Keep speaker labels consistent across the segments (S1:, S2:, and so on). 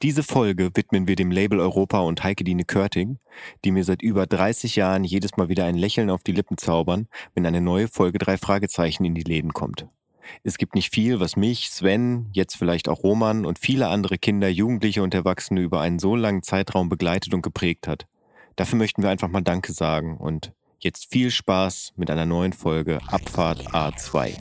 S1: Diese Folge widmen wir dem Label Europa und Heike-Dine Körting, die mir seit über 30 Jahren jedes Mal wieder ein Lächeln auf die Lippen zaubern, wenn eine neue Folge 3 Fragezeichen in die Läden kommt. Es gibt nicht viel, was mich, Sven, jetzt vielleicht auch Roman und viele andere Kinder, Jugendliche und Erwachsene über einen so langen Zeitraum begleitet und geprägt hat. Dafür möchten wir einfach mal Danke sagen und jetzt viel Spaß mit einer neuen Folge Abfahrt A2.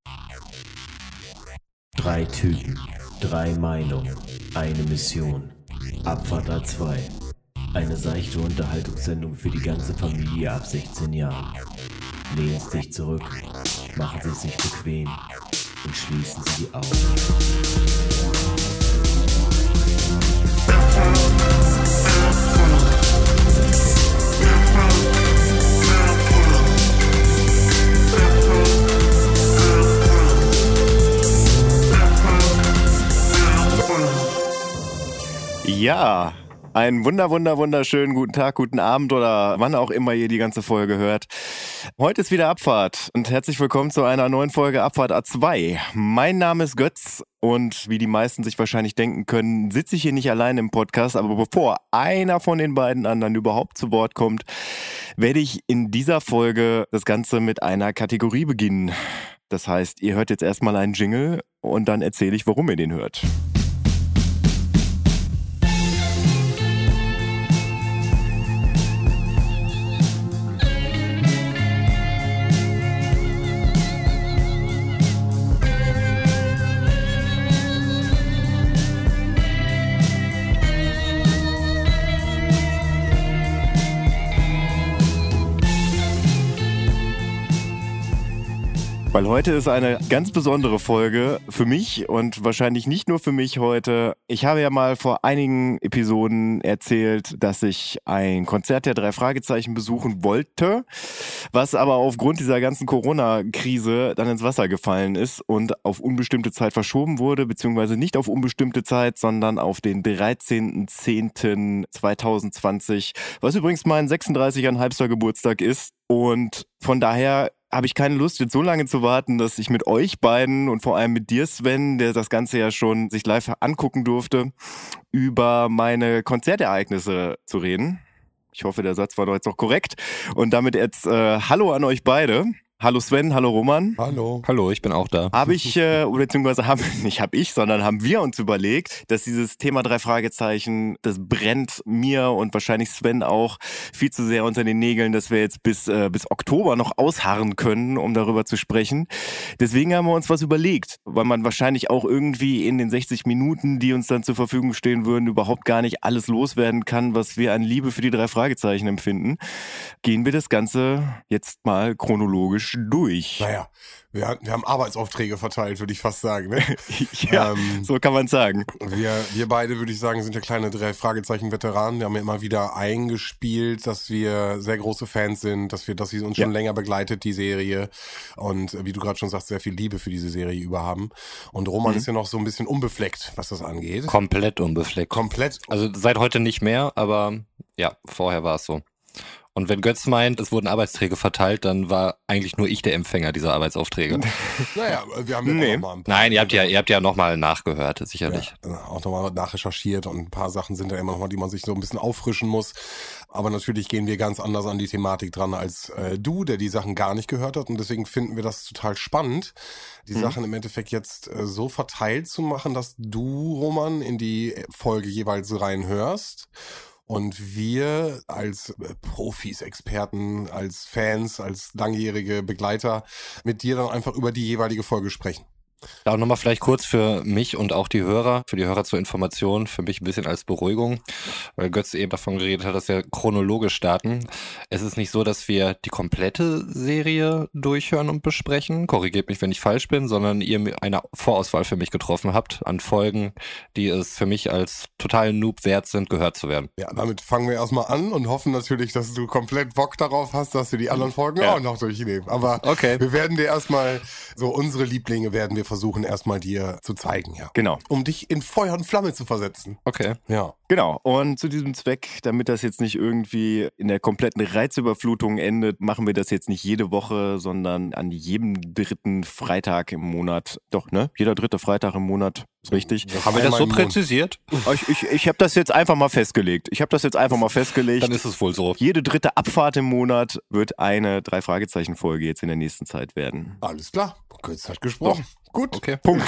S2: 3 Typen, 3 Meinungen, eine Mission. Abfahrt A2. Eine seichte Unterhaltungssendung für die ganze Familie ab 16 Jahren. Lehnen Sie sich zurück, machen Sie es sich bequem und schließen Sie die Augen.
S1: Ja, einen wunderschönen guten Tag, guten Abend oder wann auch immer ihr die ganze Folge hört. Heute ist wieder Abfahrt und herzlich willkommen zu einer neuen Folge Abfahrt A2. Mein Name ist Götz und wie die meisten sich wahrscheinlich denken können, sitze ich hier nicht allein im Podcast, aber bevor einer von den beiden anderen überhaupt zu Wort kommt, werde ich in dieser Folge das Ganze mit einer Kategorie beginnen. Das heißt, ihr hört jetzt erstmal einen Jingle und dann erzähle ich, warum ihr den hört. Weil heute ist eine ganz besondere Folge für mich und wahrscheinlich nicht nur für mich heute. Ich habe ja mal vor einigen Episoden erzählt, dass ich ein Konzert der 3 Fragezeichen besuchen wollte, was aber aufgrund dieser ganzen Corona-Krise dann ins Wasser gefallen ist und auf unbestimmte Zeit verschoben wurde, beziehungsweise nicht auf unbestimmte Zeit, sondern auf den 13.10.2020, was übrigens mein 36,5. Geburtstag ist. Und von daher habe ich keine Lust, jetzt so lange zu warten, dass ich mit euch beiden und vor allem mit dir, Sven, der das Ganze ja schon sich live angucken durfte, über meine Konzertereignisse zu reden. Ich hoffe, der Satz war doch jetzt noch korrekt. Und damit jetzt Hallo an euch beide. Hallo Sven, hallo Roman.
S3: Hallo.
S4: Hallo, ich bin auch da.
S1: Beziehungsweise haben wir uns überlegt, dass dieses Thema 3 Fragezeichen, das brennt mir und wahrscheinlich Sven auch viel zu sehr unter den Nägeln, dass wir jetzt bis Oktober noch ausharren können, um darüber zu sprechen. Deswegen haben wir uns was überlegt, weil man wahrscheinlich auch irgendwie in den 60 Minuten, die uns dann zur Verfügung stehen würden, überhaupt gar nicht alles loswerden kann, was wir an Liebe für die 3 Fragezeichen empfinden. Gehen wir das Ganze jetzt mal chronologisch durch.
S3: Naja, wir haben Arbeitsaufträge verteilt, würde ich fast sagen. Ne?
S1: Ja, so kann man sagen.
S3: Wir beide, würde ich sagen, sind ja kleine 3 Fragezeichen-Veteranen. Wir haben ja immer wieder eingespielt, dass wir sehr große Fans sind, dass sie uns schon länger begleitet, die Serie. Und wie du gerade schon sagst, sehr viel Liebe für diese Serie über haben. Und Roman ist ja noch so ein bisschen unbefleckt, was das angeht.
S4: Komplett unbefleckt. Also seit heute nicht mehr, aber ja, vorher war es so. Und wenn Götz meint, es wurden Arbeitsträge verteilt, dann war eigentlich nur ich der Empfänger dieser Arbeitsaufträge.
S3: Naja, wir haben ja noch mal ein paar.
S4: Nein, ihr habt ja nochmal nachgehört, sicherlich.
S3: Ja, auch nochmal nachrecherchiert und ein paar Sachen sind da immer nochmal, die man sich so ein bisschen auffrischen muss. Aber natürlich gehen wir ganz anders an die Thematik dran als du, der die Sachen gar nicht gehört hat. Und deswegen finden wir das total spannend, die Sachen im Endeffekt jetzt so verteilt zu machen, dass du, Roman, in die Folge jeweils reinhörst. Und wir als Profis, Experten, als Fans, als langjährige Begleiter mit dir dann einfach über die jeweilige Folge sprechen.
S4: Ja, und nochmal vielleicht kurz für mich und auch die Hörer, für die Hörer zur Information, für mich ein bisschen als Beruhigung, weil Götz eben davon geredet hat, dass wir chronologisch starten. Es ist nicht so, dass wir die komplette Serie durchhören und besprechen, korrigiert mich, wenn ich falsch bin, sondern ihr eine Vorauswahl für mich getroffen habt an Folgen, die es für mich als totalen Noob wert sind, gehört zu werden.
S3: Ja, damit fangen wir erstmal an und hoffen natürlich, dass du komplett Bock darauf hast, dass wir die anderen Folgen auch noch durchnehmen. Aber wir werden dir erstmal so unsere Lieblinge werden wir versuchen erstmal dir zu zeigen, ja.
S1: Genau.
S3: Um dich in Feuer und Flamme zu versetzen.
S4: Okay.
S3: Ja.
S1: Genau. Und zu diesem Zweck, damit das jetzt nicht irgendwie in der kompletten Reizüberflutung endet, machen wir das jetzt nicht jede Woche, sondern an jedem 3. Freitag im Monat. Doch, ne? Jeder 3. Freitag im Monat Ist richtig.
S4: Haben wir das so präzisiert?
S1: Ich habe das jetzt einfach mal festgelegt.
S4: Dann ist es wohl so.
S1: Jede dritte Abfahrt im Monat wird eine 3-Fragezeichen-Folge jetzt in der nächsten Zeit werden.
S3: Alles klar. Götz hat gesprochen.
S1: Doch.
S3: Gut.
S1: Okay. Punkt.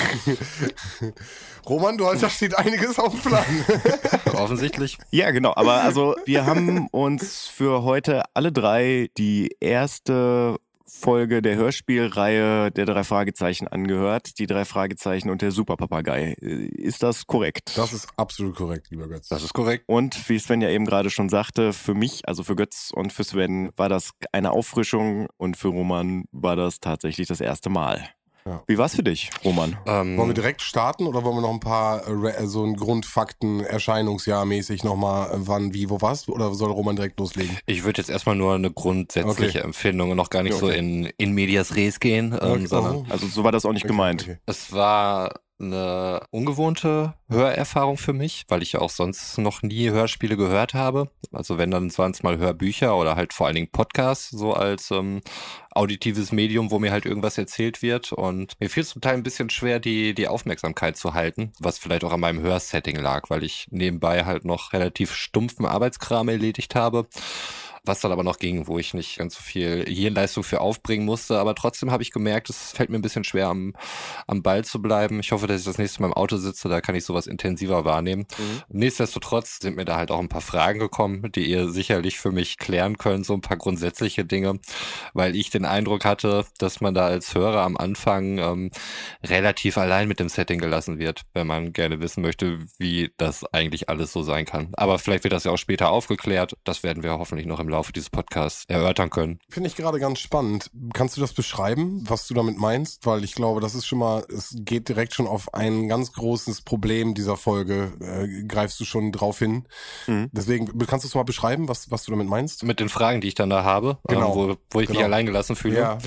S3: Roman, da steht einiges auf dem Plan.
S4: Offensichtlich.
S1: Ja, genau. Aber also wir haben uns für heute alle drei die erste Folge der Hörspielreihe der 3 Fragezeichen angehört. Die 3 Fragezeichen und der Superpapagei. Ist das korrekt?
S3: Das ist absolut korrekt, lieber Götz.
S4: Das ist korrekt.
S1: Und wie Sven ja eben gerade schon sagte, für mich, also für Götz und für Sven, war das eine Auffrischung und für Roman war das tatsächlich das erste Mal. Ja. Wie war's für dich, Roman?
S3: Wollen wir direkt starten oder wollen wir noch ein paar so ein Grundfakten erscheinungsjahrmäßig nochmal wann, wie, wo, was? Oder soll Roman direkt loslegen?
S4: Ich würde jetzt erstmal nur eine grundsätzliche Empfindung und noch gar nicht so in medias res gehen. Sondern
S1: also so war das auch nicht gemeint. Okay.
S4: Es war eine ungewohnte Hörerfahrung für mich, weil ich ja auch sonst noch nie Hörspiele gehört habe. Also wenn, dann waren es mal Hörbücher oder halt vor allen Dingen Podcasts, so als auditives Medium, wo mir halt irgendwas erzählt wird. Und mir fiel es zum Teil ein bisschen schwer, die Aufmerksamkeit zu halten, was vielleicht auch an meinem Hörsetting lag, weil ich nebenbei halt noch relativ stumpfen Arbeitskram erledigt habe. Was dann aber noch ging, wo ich nicht ganz so viel Hirnleistung für aufbringen musste. Aber trotzdem habe ich gemerkt, es fällt mir ein bisschen schwer, am Ball zu bleiben. Ich hoffe, dass ich das nächste Mal im Auto sitze, da kann ich sowas intensiver wahrnehmen. Nichtsdestotrotz sind mir da halt auch ein paar Fragen gekommen, die ihr sicherlich für mich klären könnt, so ein paar grundsätzliche Dinge, weil ich den Eindruck hatte, dass man da als Hörer am Anfang relativ allein mit dem Setting gelassen wird, wenn man gerne wissen möchte, wie das eigentlich alles so sein kann. Aber vielleicht wird das ja auch später aufgeklärt. Das werden wir hoffentlich noch im Laufe dieses Podcasts erörtern können.
S3: Finde ich gerade ganz spannend. Kannst du das beschreiben, was du damit meinst? Weil ich glaube, das ist schon mal, es geht direkt schon auf ein ganz großes Problem dieser Folge, greifst du schon drauf hin. Deswegen, kannst du es mal beschreiben, was du damit meinst?
S4: Mit den Fragen, die ich dann da habe,
S3: genau.
S4: Wo ich mich alleingelassen fühle.
S3: Ja.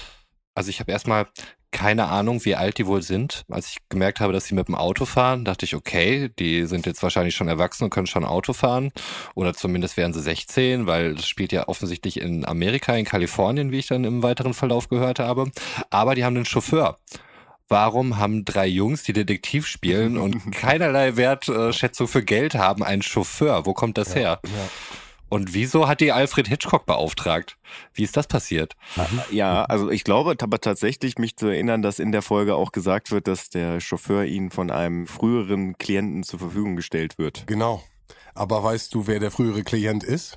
S4: Also ich habe erstmal keine Ahnung, wie alt die wohl sind. Als ich gemerkt habe, dass sie mit dem Auto fahren, dachte ich, okay, die sind jetzt wahrscheinlich schon erwachsen und können schon Auto fahren. Oder zumindest wären sie 16, weil das spielt ja offensichtlich in Amerika, in Kalifornien, wie ich dann im weiteren Verlauf gehört habe. Aber die haben einen Chauffeur. Warum haben 3 Jungs, die Detektiv spielen und keinerlei Wertschätzung für Geld haben, einen Chauffeur? Wo kommt das her? Ja. Und wieso hat die Alfred Hitchcock beauftragt? Wie ist das passiert?
S1: Ja, also ich glaube aber tatsächlich, mich zu erinnern, dass in der Folge auch gesagt wird, dass der Chauffeur ihnen von einem früheren Klienten zur Verfügung gestellt wird.
S3: Genau. Aber weißt du, wer der frühere Klient ist?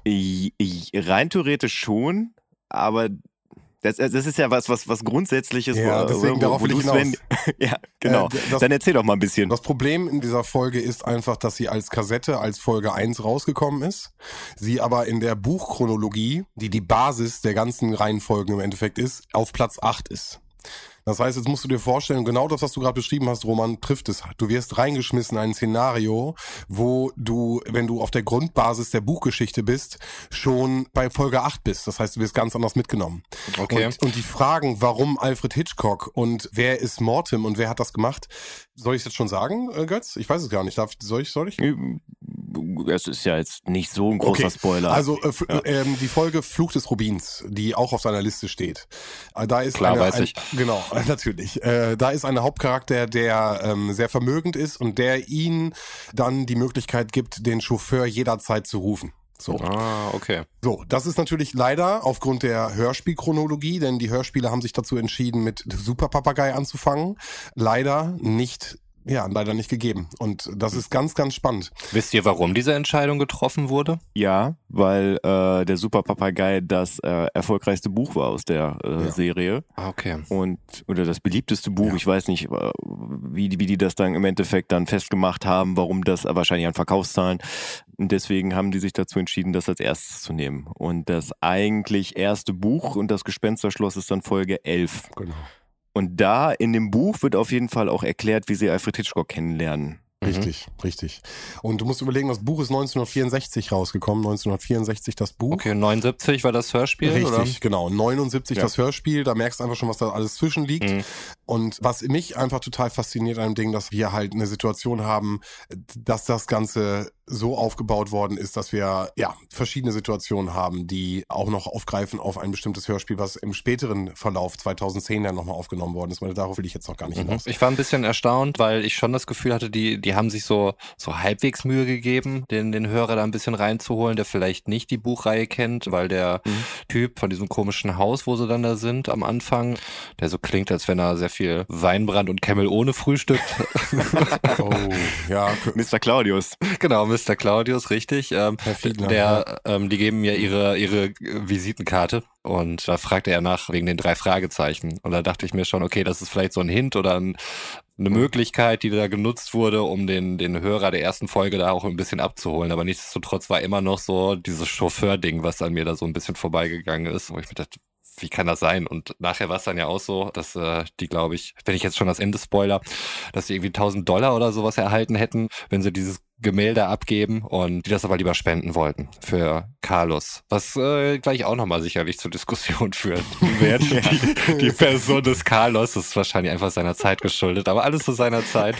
S1: Rein theoretisch schon, aber das ist ja was Grundsätzliches.
S3: Ja, deswegen darauf will ich hinaus.
S1: Ja, genau. Dann erzähl doch mal ein bisschen.
S3: Das Problem in dieser Folge ist einfach, dass sie als Kassette, als Folge 1 rausgekommen ist. Sie aber in der Buchchronologie, die Basis der ganzen Reihenfolgen im Endeffekt ist, auf Platz 8 ist. Das heißt, jetzt musst du dir vorstellen, genau das, was du gerade beschrieben hast, Roman, trifft es. Du wirst reingeschmissen in ein Szenario, wo du, wenn du auf der Grundbasis der Buchgeschichte bist, schon bei Folge 8 bist. Das heißt, du wirst ganz anders mitgenommen.
S4: Okay.
S3: Und die Fragen, warum Alfred Hitchcock und wer ist Mortim und wer hat das gemacht, soll ich es jetzt schon sagen, Götz? Ich weiß es gar nicht. Soll ich?
S1: Es ist ja jetzt nicht so ein großer Spoiler.
S3: Also die Folge Fluch des Rubins, die auch auf seiner Liste steht. Da ist
S4: klar, weiß ich.
S3: Genau, natürlich. Da ist ein Hauptcharakter, der sehr vermögend ist und der ihnen dann die Möglichkeit gibt, den Chauffeur jederzeit zu rufen. So.
S4: Ah, okay.
S3: So, das ist natürlich leider aufgrund der Hörspielchronologie, denn die Hörspiele haben sich dazu entschieden, mit Superpapagei anzufangen. Leider nicht gegeben. Und das ist ganz, ganz spannend.
S4: Wisst ihr, warum diese Entscheidung getroffen wurde?
S1: Ja, weil der Superpapagei das erfolgreichste Buch war aus der Serie.
S4: Okay.
S1: Oder das beliebteste Buch. Ja. Ich weiß nicht, wie die das dann im Endeffekt dann festgemacht haben, warum das wahrscheinlich an Verkaufszahlen. Und deswegen haben die sich dazu entschieden, das als erstes zu nehmen. Und das eigentlich erste Buch und das Gespensterschloss ist dann Folge 11.
S3: Genau.
S1: Und da in dem Buch wird auf jeden Fall auch erklärt, wie sie Alfred Hitchcock kennenlernen.
S3: Richtig. Und du musst überlegen, das Buch ist 1964 rausgekommen. 1964 das Buch.
S4: Okay, 79 war das Hörspiel,
S3: richtig,
S4: oder?
S3: Genau. 79 das Hörspiel. Da merkst du einfach schon, was da alles zwischenliegt. Und was mich einfach total fasziniert an dem Ding, dass wir halt eine Situation haben, dass das Ganze so aufgebaut worden ist, dass wir verschiedene Situationen haben, die auch noch aufgreifen auf ein bestimmtes Hörspiel, was im späteren Verlauf 2010 dann nochmal aufgenommen worden ist. Weil darauf will ich jetzt noch gar nicht hinaus.
S4: Ich war ein bisschen erstaunt, weil ich schon das Gefühl hatte, die haben sich so halbwegs Mühe gegeben, den Hörer da ein bisschen reinzuholen, der vielleicht nicht die Buchreihe kennt, weil der Typ von diesem komischen Haus, wo sie dann da sind am Anfang, der so klingt, als wenn er sehr viel Weinbrand und Camel ohne frühstückt.
S3: Oh, ja.
S1: Mr. Claudius.
S4: Genau, Mr. Claudius, richtig.
S3: Fiedler,
S4: die geben mir ihre Visitenkarte und da fragte er nach wegen den 3 Fragezeichen. Und da dachte ich mir schon, okay, das ist vielleicht so ein Hint oder eine Möglichkeit, die da genutzt wurde, um den Hörer der ersten Folge da auch ein bisschen abzuholen. Aber nichtsdestotrotz war immer noch so dieses Chauffeur-Ding, was an mir da so ein bisschen vorbeigegangen ist, wo ich mir dachte, wie kann das sein? Und nachher war es dann ja auch so, dass die, glaube ich, wenn ich jetzt schon das Ende spoiler, dass die irgendwie $1.000 oder sowas erhalten hätten, wenn sie dieses Gemälde abgeben und die das aber lieber spenden wollten für Carlos. Was gleich auch nochmal sicherlich zur Diskussion führen wird. Die Person des Carlos ist wahrscheinlich einfach seiner Zeit geschuldet, aber alles zu seiner Zeit.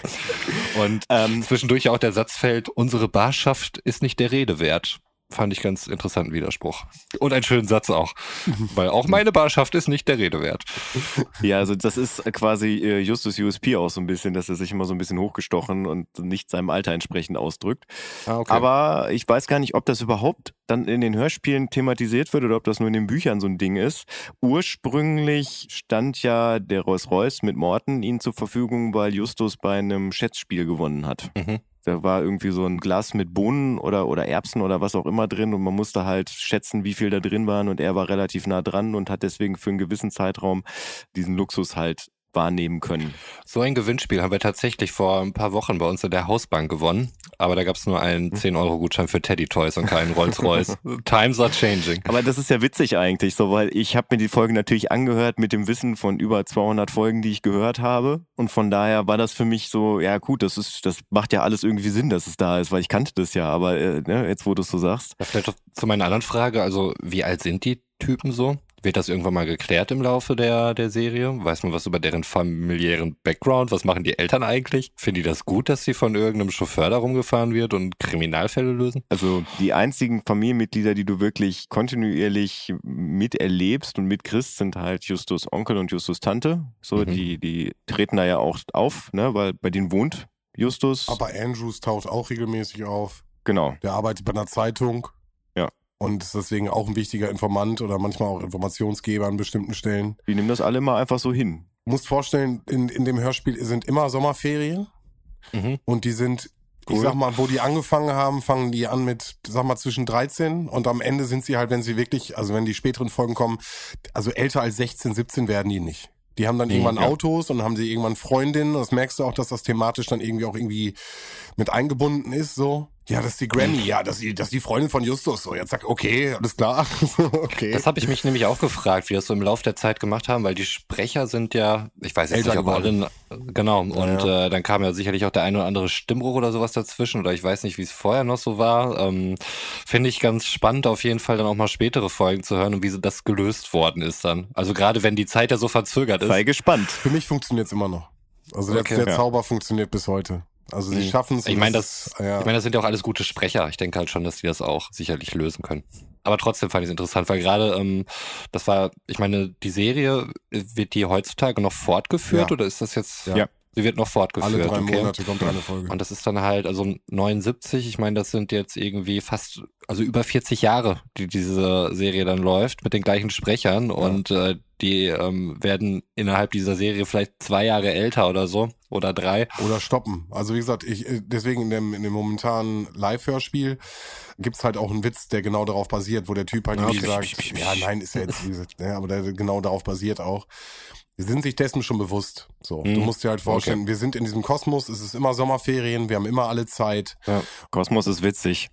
S4: Und zwischendurch auch der Satz fällt, unsere Barschaft ist nicht der Rede wert. Fand ich ganz interessanten Widerspruch. Und einen schönen Satz auch. Weil auch meine Barschaft ist nicht der Rede wert.
S1: Ja, also das ist quasi Justus USP auch so ein bisschen, dass er sich immer so ein bisschen hochgestochen und nicht seinem Alter entsprechend ausdrückt.
S4: Ah, okay.
S1: Aber ich weiß gar nicht, ob das überhaupt dann in den Hörspielen thematisiert wird oder ob das nur in den Büchern so ein Ding ist. Ursprünglich stand ja der Rolls-Royce mit Morton ihnen zur Verfügung, weil Justus bei einem Schätzspiel gewonnen hat.
S4: Mhm.
S1: Da war irgendwie so ein Glas mit Bohnen oder Erbsen oder was auch immer drin und man musste halt schätzen, wie viel da drin waren und er war relativ nah dran und hat deswegen für einen gewissen Zeitraum diesen Luxus halt wahrnehmen können.
S4: So ein Gewinnspiel haben wir tatsächlich vor ein paar Wochen bei uns in der Hausbank gewonnen, aber da gab es nur einen 10-Euro-Gutschein für Teddy Toys und keinen Rolls-Royce. Times are changing.
S1: Aber das ist ja witzig eigentlich, so, weil ich habe mir die Folge natürlich angehört mit dem Wissen von über 200 Folgen, die ich gehört habe und von daher war das für mich so, ja gut, das macht ja alles irgendwie Sinn, dass es da ist, weil ich kannte das ja, aber jetzt wo du es so sagst.
S4: Ja, vielleicht zu meiner anderen Frage, also wie alt sind die Typen so? Wird das irgendwann mal geklärt im Laufe der Serie? Weiß man was über deren familiären Background? Was machen die Eltern eigentlich? Finden die das gut, dass sie von irgendeinem Chauffeur da rumgefahren wird und Kriminalfälle lösen?
S1: Also die einzigen Familienmitglieder, die du wirklich kontinuierlich miterlebst und mitkriegst, sind halt Justus Onkel und Justus Tante. So, die treten da ja auch auf, ne, weil bei denen wohnt Justus.
S3: Aber Andrews taucht auch regelmäßig auf.
S1: Genau.
S3: Der arbeitet bei einer Zeitung.
S1: Ja.
S3: Und ist deswegen auch ein wichtiger Informant oder manchmal auch Informationsgeber an bestimmten Stellen.
S1: Die nehmen das alle mal einfach so hin.
S3: Du musst vorstellen, in dem Hörspiel sind immer Sommerferien. Und die sind, ich sag mal, wo die angefangen haben, fangen die an mit, sag mal, zwischen 13 und am Ende sind sie halt, wenn sie wirklich, also wenn die späteren Folgen kommen, also älter als 16, 17 werden die nicht. Die haben dann irgendwann Autos und haben sie irgendwann Freundinnen. Und das merkst du auch, dass das thematisch dann irgendwie mit eingebunden ist, so. Ja, das ist die Granny, ja, das ist die Freundin von Justus. So, jetzt sag, okay, alles klar. Okay.
S4: Das habe ich mich nämlich auch gefragt, wie das so im Laufe der Zeit gemacht haben, weil die Sprecher sind ja, ich weiß jetzt nicht, ob alle, genau, und dann kam ja sicherlich auch der ein oder andere Stimmbruch oder sowas dazwischen oder ich weiß nicht, wie es vorher noch so war. Finde ich ganz spannend, auf jeden Fall dann auch mal spätere Folgen zu hören und wie das gelöst worden ist dann. Also gerade wenn die Zeit ja so verzögert ist.
S1: Sei gespannt.
S3: Für mich funktioniert's immer noch. Also der Zauber funktioniert bis heute. Also sie schaffen es.
S4: Ich meine, das sind ja auch alles gute Sprecher. Ich denke halt schon, dass die das auch sicherlich lösen können. Aber trotzdem fand ich es interessant, weil gerade das war, ich meine, die Serie, wird die heutzutage noch fortgeführt oder ist das jetzt?
S1: Ja.
S4: Sie wird noch fortgeführt.
S3: Alle 3 Monate kommt eine Folge.
S4: Und das ist dann halt, also 79, ich meine, das sind jetzt irgendwie fast, also über 40 Jahre, die diese Serie dann läuft, mit den gleichen Sprechern und die werden innerhalb dieser Serie vielleicht 2 Jahre älter oder so oder 3.
S3: Oder stoppen. Also wie gesagt, deswegen in dem momentanen Live-Hörspiel gibt's halt auch einen Witz, der genau darauf basiert, wo der Typ halt irgendwie sagt, ja, nein, ist ja jetzt, wie gesagt, aber der genau darauf basiert auch. Wir sind sich dessen schon bewusst. So, du musst dir halt vorstellen, wir sind in diesem Kosmos, es ist immer Sommerferien, wir haben immer alle Zeit.
S1: Ja. Kosmos ist witzig.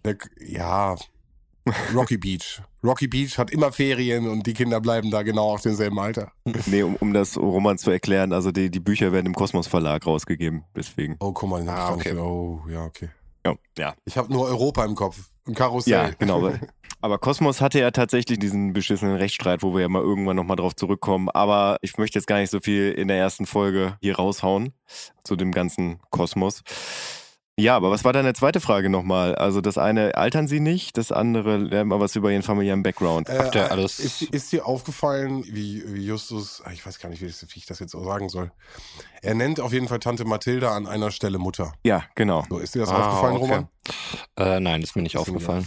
S3: Rocky Beach. Rocky Beach hat immer Ferien und die Kinder bleiben da genau auf demselben Alter.
S1: Nee, um das Roman zu erklären, also die Bücher werden im Kosmos Verlag rausgegeben, deswegen.
S3: Oh, guck mal,
S1: okay.
S3: Oh, ja, okay.
S1: Ja.
S3: Ich habe nur Europa im Kopf. Ein Karussell.
S1: Ja, genau. Aber Kosmos hatte ja tatsächlich diesen beschissenen Rechtsstreit, wo wir ja mal irgendwann nochmal drauf zurückkommen. Aber ich möchte jetzt gar nicht so viel in der ersten Folge hier raushauen zu dem ganzen Kosmos. Ja, aber was war deine zweite Frage nochmal? Also das eine, altern sie nicht, das andere, lernen wir was über ihren familiären Background.
S4: Habt ihr alles?
S3: Ist dir aufgefallen, wie Justus, ich weiß gar nicht, wie ich das jetzt auch sagen soll. Er nennt auf jeden Fall Tante Mathilda an einer Stelle Mutter.
S1: Ja, genau.
S3: So, ist dir das aufgefallen,
S4: okay.
S3: Roman?
S4: Nein, ist mir nicht aufgefallen.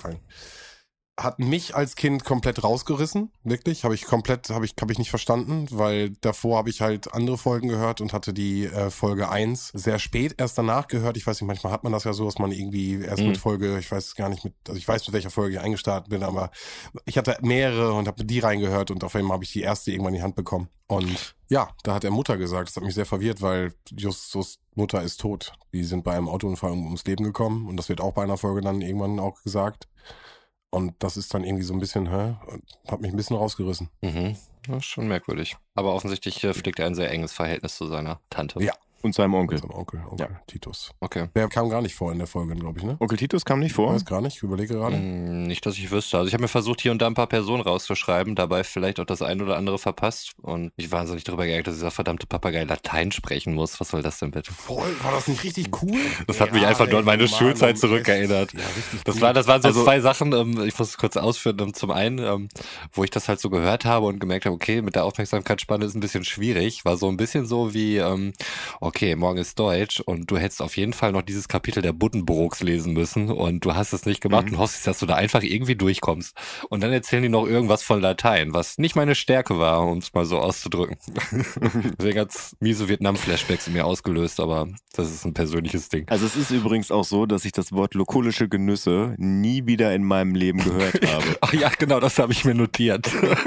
S3: Hat mich als Kind komplett rausgerissen, wirklich, habe ich nicht verstanden, weil davor habe ich halt andere Folgen gehört und hatte die Folge 1 sehr spät erst danach gehört. Ich weiß nicht, manchmal hat man das ja so, dass man irgendwie erst mit Folge, ich weiß gar nicht also ich weiß, mit welcher Folge ich eingestartet bin, aber ich hatte mehrere und habe die reingehört und auf einmal habe ich die erste irgendwann in die Hand bekommen. Und ja, da hat er Mutter gesagt. Das hat mich sehr verwirrt, weil Justus Mutter ist tot. Die sind bei einem Autounfall ums Leben gekommen und das wird auch bei einer Folge dann irgendwann auch gesagt. Und das ist dann irgendwie so ein bisschen, hat mich ein bisschen rausgerissen.
S4: Mhm. Das ist schon merkwürdig. Aber offensichtlich pflegt er ein sehr enges Verhältnis zu seiner Tante.
S3: Ja.
S1: Und seinem Onkel.
S3: Mit seinem Onkel Titus.
S4: Okay.
S3: Der kam gar nicht vor in der Folge, glaube ich, ne?
S1: Onkel Titus kam nicht vor?
S3: Ich weiß gar nicht, ich überlege gerade.
S4: Nicht, dass ich wüsste. Also ich habe mir versucht, hier und da ein paar Personen rauszuschreiben, dabei vielleicht auch das ein oder andere verpasst und mich wahnsinnig darüber geärgert, dass dieser verdammte Papagei Latein sprechen muss. Was soll das denn bitte?
S3: Voll, war das nicht richtig cool?
S4: Das hat mich einfach nur an meine Schulzeit zurückerinnert.
S3: Ja, richtig
S4: Das
S3: gut.
S4: waren so zwei Sachen, ich muss es kurz ausführen. Zum einen, wo ich das halt so gehört habe und gemerkt habe, okay, mit der Aufmerksamkeitsspanne ist ein bisschen schwierig. War so ein bisschen so wie, okay, morgen ist Deutsch und du hättest auf jeden Fall noch dieses Kapitel der Buddenbrooks lesen müssen und du hast es nicht gemacht und hoffst, dass du da einfach irgendwie durchkommst. Und dann erzählen die noch irgendwas von Latein, was nicht meine Stärke war, um es mal so auszudrücken. Deswegen hat's miese Vietnam-Flashbacks in mir ausgelöst, aber das ist ein persönliches Ding.
S1: Also es ist übrigens auch so, dass ich das Wort lokulische Genüsse nie wieder in meinem Leben gehört habe.
S4: Ach ja, genau, das habe ich mir notiert.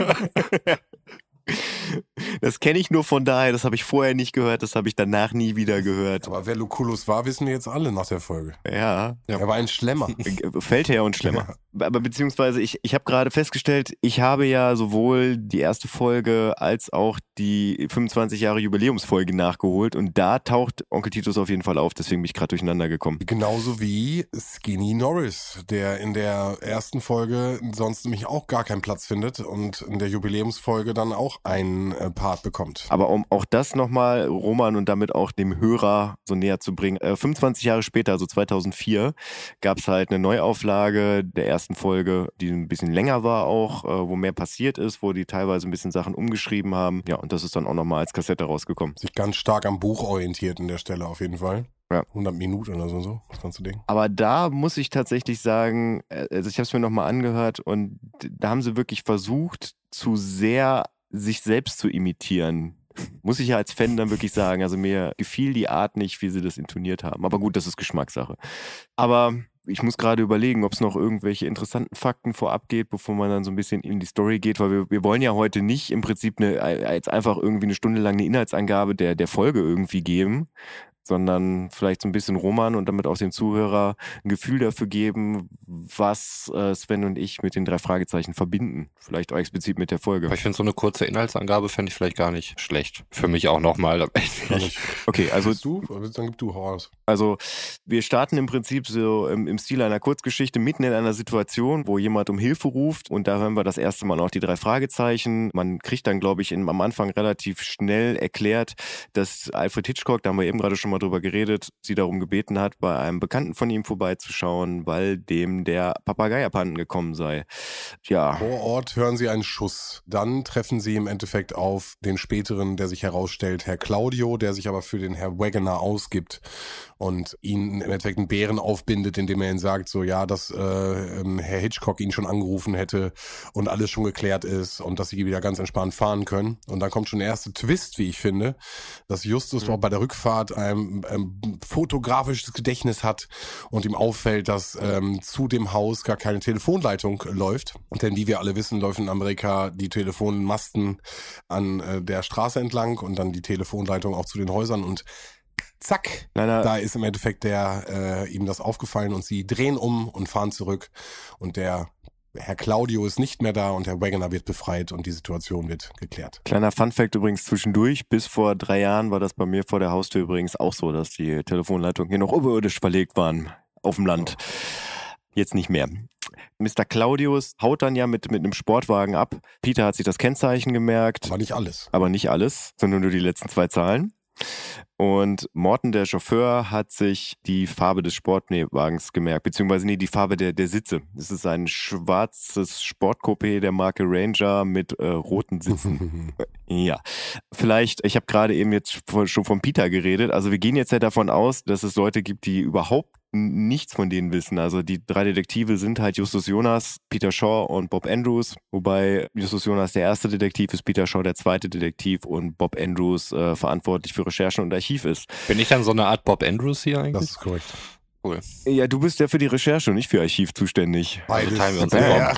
S1: Das kenne ich nur von daher, das habe ich vorher nicht gehört, das habe ich danach nie wieder gehört.
S3: Aber wer Lucullus war, wissen wir jetzt alle nach der Folge.
S1: Ja.
S3: Er war ein Schlemmer.
S1: Feldherr und Schlemmer. Aber beziehungsweise ich habe gerade festgestellt, ich habe ja sowohl die erste Folge als auch die 25 Jahre Jubiläumsfolge nachgeholt und da taucht Onkel Titus auf jeden Fall auf, deswegen bin ich gerade durcheinander gekommen.
S3: Genauso wie Skinny Norris, der in der ersten Folge sonst nämlich auch gar keinen Platz findet und in der Jubiläumsfolge dann auch einen Part bekommt.
S1: Aber um auch das nochmal Roman und damit auch dem Hörer so näher zu bringen, 25 Jahre später, also 2004, gab es halt eine Neuauflage der ersten Folge, die ein bisschen länger war auch, wo mehr passiert ist, wo die teilweise ein bisschen Sachen umgeschrieben haben. Ja, und das ist dann auch nochmal als Kassette rausgekommen.
S3: Sich ganz stark am Buch orientiert in der Stelle auf jeden Fall.
S1: Ja.
S3: 100 Minuten oder so, was kannst du denken?
S1: Aber da muss ich tatsächlich sagen, also ich habe es mir nochmal angehört und da haben sie wirklich versucht, zu sehr sich selbst zu imitieren. Muss ich ja als Fan dann wirklich sagen. Also mir gefiel die Art nicht, wie sie das intoniert haben. Aber gut, das ist Geschmackssache. Aber ich muss gerade überlegen, ob es noch irgendwelche interessanten Fakten vorab geht, bevor man dann so ein bisschen in die Story geht, weil wir wollen ja heute nicht im Prinzip jetzt einfach irgendwie eine Stunde lang eine Inhaltsangabe der Folge irgendwie geben, sondern vielleicht so ein bisschen Roman und damit auch dem Zuhörer ein Gefühl dafür geben, was Sven und ich mit den 3 Fragezeichen verbinden. Vielleicht auch explizit mit der Folge.
S4: Aber ich finde, so eine kurze Inhaltsangabe fände ich vielleicht gar nicht schlecht. Für mich auch nochmal.
S1: Okay, also
S3: Dann gib du raus.
S1: Also wir starten im Prinzip so im Stil einer Kurzgeschichte mitten in einer Situation, wo jemand um Hilfe ruft und da hören wir das erste Mal auch die 3 Fragezeichen. Man kriegt dann, glaube ich, am Anfang relativ schnell erklärt, dass Alfred Hitchcock, da haben wir eben gerade schon mal drüber geredet, sie darum gebeten hat, bei einem Bekannten von ihm vorbeizuschauen, weil dem der Papagei abhanden gekommen sei. Ja.
S3: Vor Ort hören sie einen Schuss. Dann treffen sie im Endeffekt auf den späteren, der sich herausstellt, Herr Claudio, der sich aber für den Herr Wagoner ausgibt und ihn im Endeffekt einen Bären aufbindet, indem er ihn sagt, so ja, dass Herr Hitchcock ihn schon angerufen hätte und alles schon geklärt ist und dass sie wieder ganz entspannt fahren können. Und dann kommt schon der erste Twist, wie ich finde, dass Justus auch bei der Rückfahrt ein fotografisches Gedächtnis hat und ihm auffällt, dass zu dem Haus gar keine Telefonleitung läuft. Denn wie wir alle wissen, laufen in Amerika die Telefonmasten an der Straße entlang und dann die Telefonleitung auch zu den Häusern und zack, da ist im Endeffekt ihm das aufgefallen und sie drehen um und fahren zurück und der Herr Claudio ist nicht mehr da und Herr Wagoner wird befreit und die Situation wird geklärt.
S1: Kleiner Funfact übrigens zwischendurch, bis vor 3 Jahren war das bei mir vor der Haustür übrigens auch so, dass die Telefonleitungen hier noch oberirdisch verlegt waren auf dem Land. Jetzt nicht mehr. Mr. Claudius haut dann ja mit einem Sportwagen ab. Peter hat sich das Kennzeichen gemerkt.
S3: Aber nicht alles.
S1: Aber nicht alles, sondern nur die letzten 2 Zahlen. Und Morten, der Chauffeur, hat sich die Farbe des Sportwagens gemerkt, beziehungsweise die Farbe der Sitze. Es ist ein schwarzes Sportcoupé der Marke Ranger mit roten Sitzen. Ja, vielleicht, ich habe gerade eben jetzt schon von Peter geredet, also wir gehen jetzt ja davon aus, dass es Leute gibt, die überhaupt nichts von denen wissen. Also die 3 Detektive sind halt Justus Jonas, Peter Shaw und Bob Andrews, wobei Justus Jonas der erste Detektiv ist, Peter Shaw der zweite Detektiv und Bob Andrews verantwortlich für Recherchen und Archiv ist.
S4: Bin ich dann so eine Art Bob Andrews hier eigentlich?
S3: Das ist korrekt.
S4: Cool.
S1: Ja, du bist ja für die Recherche und nicht für Archiv zuständig.
S3: Beides.
S4: Also teilen wir uns
S3: ja.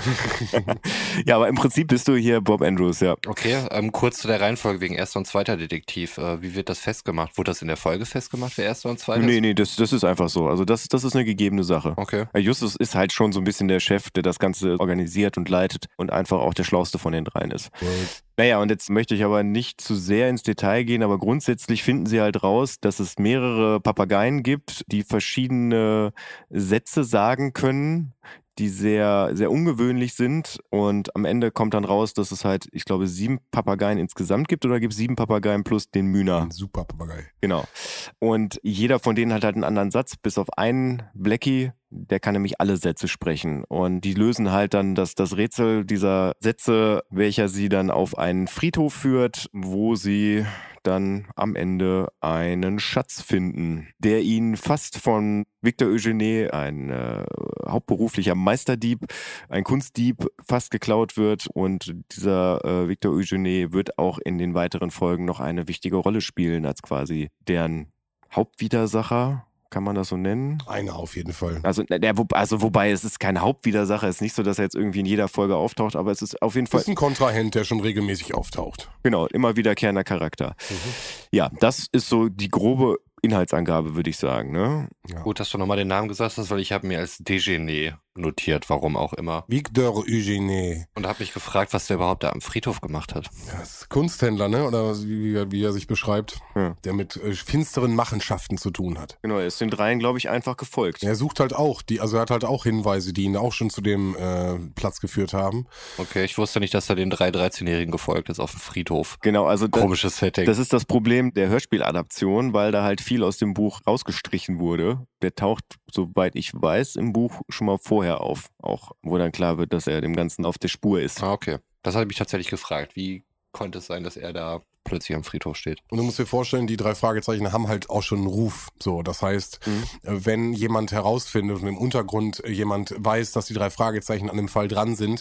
S1: Ja, aber im Prinzip bist du hier Bob Andrews, ja.
S4: Okay, kurz zu der Reihenfolge wegen erster und zweiter Detektiv. Wie wird das festgemacht? Wurde das in der Folge festgemacht, wer erster und zweiter?
S1: Nee, das ist einfach so. Also das ist eine gegebene Sache.
S4: Okay.
S1: Justus ist halt schon so ein bisschen der Chef, der das Ganze organisiert und leitet und einfach auch der Schlauste von den 3 ist. Naja, und jetzt möchte ich aber nicht zu sehr ins Detail gehen, aber grundsätzlich finden sie halt raus, dass es mehrere Papageien gibt, die verschiedene Sätze sagen können, die sehr, sehr ungewöhnlich sind. Und am Ende kommt dann raus, dass es halt, ich glaube, 7 Papageien insgesamt gibt oder gibt es 7 Papageien plus den Mühner?
S3: Ein super Papagei.
S1: Genau. Und jeder von denen hat halt einen anderen Satz, bis auf einen Blackie, der kann nämlich alle Sätze sprechen. Und die lösen halt dann das Rätsel dieser Sätze, welcher sie dann auf einen Friedhof führt, wo sie dann am Ende einen Schatz finden, der ihnen fast von Victor Eugene, ein hauptberuflicher Meisterdieb, ein Kunstdieb, fast geklaut wird. Und dieser Victor Eugene wird auch in den weiteren Folgen noch eine wichtige Rolle spielen, als quasi deren Hauptwidersacher. Kann man das so nennen?
S3: Einer auf jeden Fall.
S1: Also wobei es ist kein Hauptwidersacher, es ist nicht so, dass er jetzt irgendwie in jeder Folge auftaucht, aber es ist auf jeden Fall...
S3: Das ist ein Kontrahent, der schon regelmäßig auftaucht.
S1: Genau, immer wiederkehrender Charakter. Ja, das ist so die grobe Inhaltsangabe, würde ich sagen, ne?
S3: Ja.
S4: Gut, dass du nochmal den Namen gesagt hast, weil ich habe mir als Déjeuner notiert, warum auch immer.
S3: Victor Eugene.
S4: Und habe mich gefragt, was der überhaupt da am Friedhof gemacht hat.
S3: Ja, das ist Kunsthändler, ne? Oder wie er sich beschreibt,
S1: Ja.
S3: der mit finsteren Machenschaften zu tun hat.
S1: Genau, er ist den 3, glaube ich, einfach gefolgt.
S3: Er sucht halt auch, er hat halt auch Hinweise, die ihn auch schon zu dem Platz geführt haben.
S4: Okay, ich wusste nicht, dass er den 3 13-Jährigen gefolgt ist auf dem Friedhof.
S1: Genau, also
S4: Komisches Setting.
S1: das ist das Problem der Hörspieladaption, weil da halt viel aus dem Buch rausgestrichen wurde. Der taucht, soweit ich weiß, im Buch schon mal vorher auf. Auch wo dann klar wird, dass er dem Ganzen auf der Spur ist.
S4: Ah, okay. Das habe ich mich tatsächlich gefragt. Wie konnte es sein, dass er da plötzlich am Friedhof steht?
S3: Und du musst dir vorstellen, die 3 Fragezeichen haben halt auch schon einen Ruf. So, das heißt, wenn jemand herausfindet und im Untergrund jemand weiß, dass die 3 Fragezeichen an dem Fall dran sind,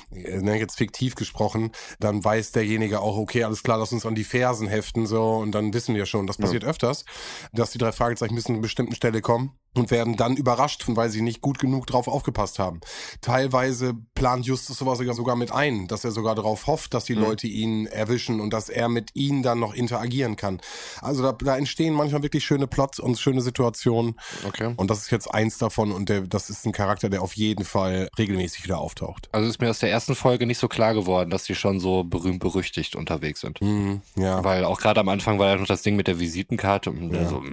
S3: jetzt fiktiv gesprochen, dann weiß derjenige auch, okay, alles klar, lass uns an die Fersen heften, so, und dann wissen wir schon, das passiert öfters, dass die 3 Fragezeichen bis zu einer bestimmten Stelle kommen und werden dann überrascht, weil sie nicht gut genug drauf aufgepasst haben. Teilweise plant Justus sowas sogar mit ein, dass er sogar darauf hofft, dass die Leute ihn erwischen und dass er mit ihnen dann noch interagieren kann. Also da entstehen manchmal wirklich schöne Plots und schöne Situationen.
S4: Okay.
S3: Und das ist jetzt eins davon und das ist ein Charakter, der auf jeden Fall regelmäßig wieder auftaucht.
S4: Also ist mir aus der ersten Folge nicht so klar geworden, dass die schon so berühmt-berüchtigt unterwegs sind.
S3: Ja.
S4: Weil auch gerade am Anfang war ja noch das Ding mit der Visitenkarte und dann so,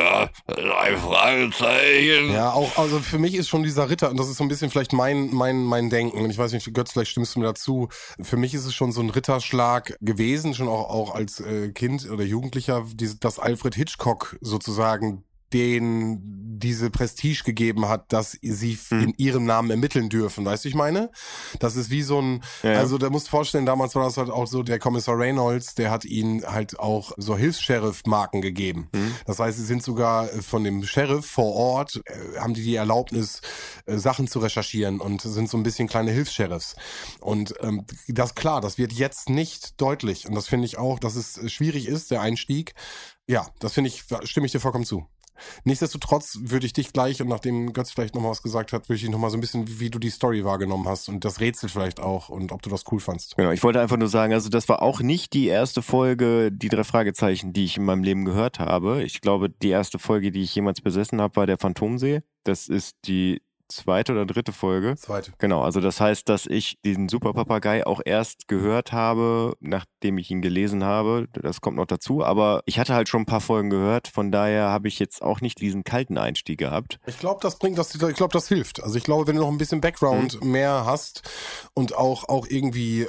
S4: 3 Fragezeichen.
S3: Ja, auch, also für mich ist schon dieser Ritter, und das ist so ein bisschen vielleicht mein Denken, und ich weiß nicht, Götz, vielleicht stimmst du mir dazu, für mich ist es schon so ein Ritterschlag gewesen, schon auch als Kind oder Jugendlicher, dass Alfred Hitchcock sozusagen denen diese Prestige gegeben hat, dass sie in ihrem Namen ermitteln dürfen, weißt du, ich meine? Das ist wie so ein, also da musst du vorstellen, damals war das halt auch so, der Kommissar Reynolds, der hat ihnen halt auch so Hilfs-Sheriff-Marken gegeben. Das heißt, sie sind sogar von dem Sheriff vor Ort, haben die Erlaubnis, Sachen zu recherchieren und sind so ein bisschen kleine Hilfs-Sheriffs. Und das klar, das wird jetzt nicht deutlich und das finde ich auch, dass es schwierig ist, der Einstieg. Ja, das finde ich, stimme ich dir vollkommen zu. Nichtsdestotrotz würde ich dich gleich, und nachdem Götz vielleicht noch mal was gesagt hat, würde ich dich noch mal so ein bisschen, wie du die Story wahrgenommen hast und das Rätsel vielleicht auch und ob du das cool fandst.
S1: Genau, ich wollte einfach nur sagen, also das war auch nicht die erste Folge, die 3 Fragezeichen, die ich in meinem Leben gehört habe. Ich glaube, die erste Folge, die ich jemals besessen habe, war der Phantomsee. Das ist die zweite oder dritte Folge.
S3: Zweite.
S1: Genau, also das heißt, dass ich diesen Super Papagei auch erst gehört habe, nachdem ich ihn gelesen habe. Das kommt noch dazu, aber ich hatte halt schon ein paar Folgen gehört, von daher habe ich jetzt auch nicht diesen kalten Einstieg gehabt.
S3: Ich glaube, das hilft. Also ich glaube, wenn du noch ein bisschen Background mehr hast und auch irgendwie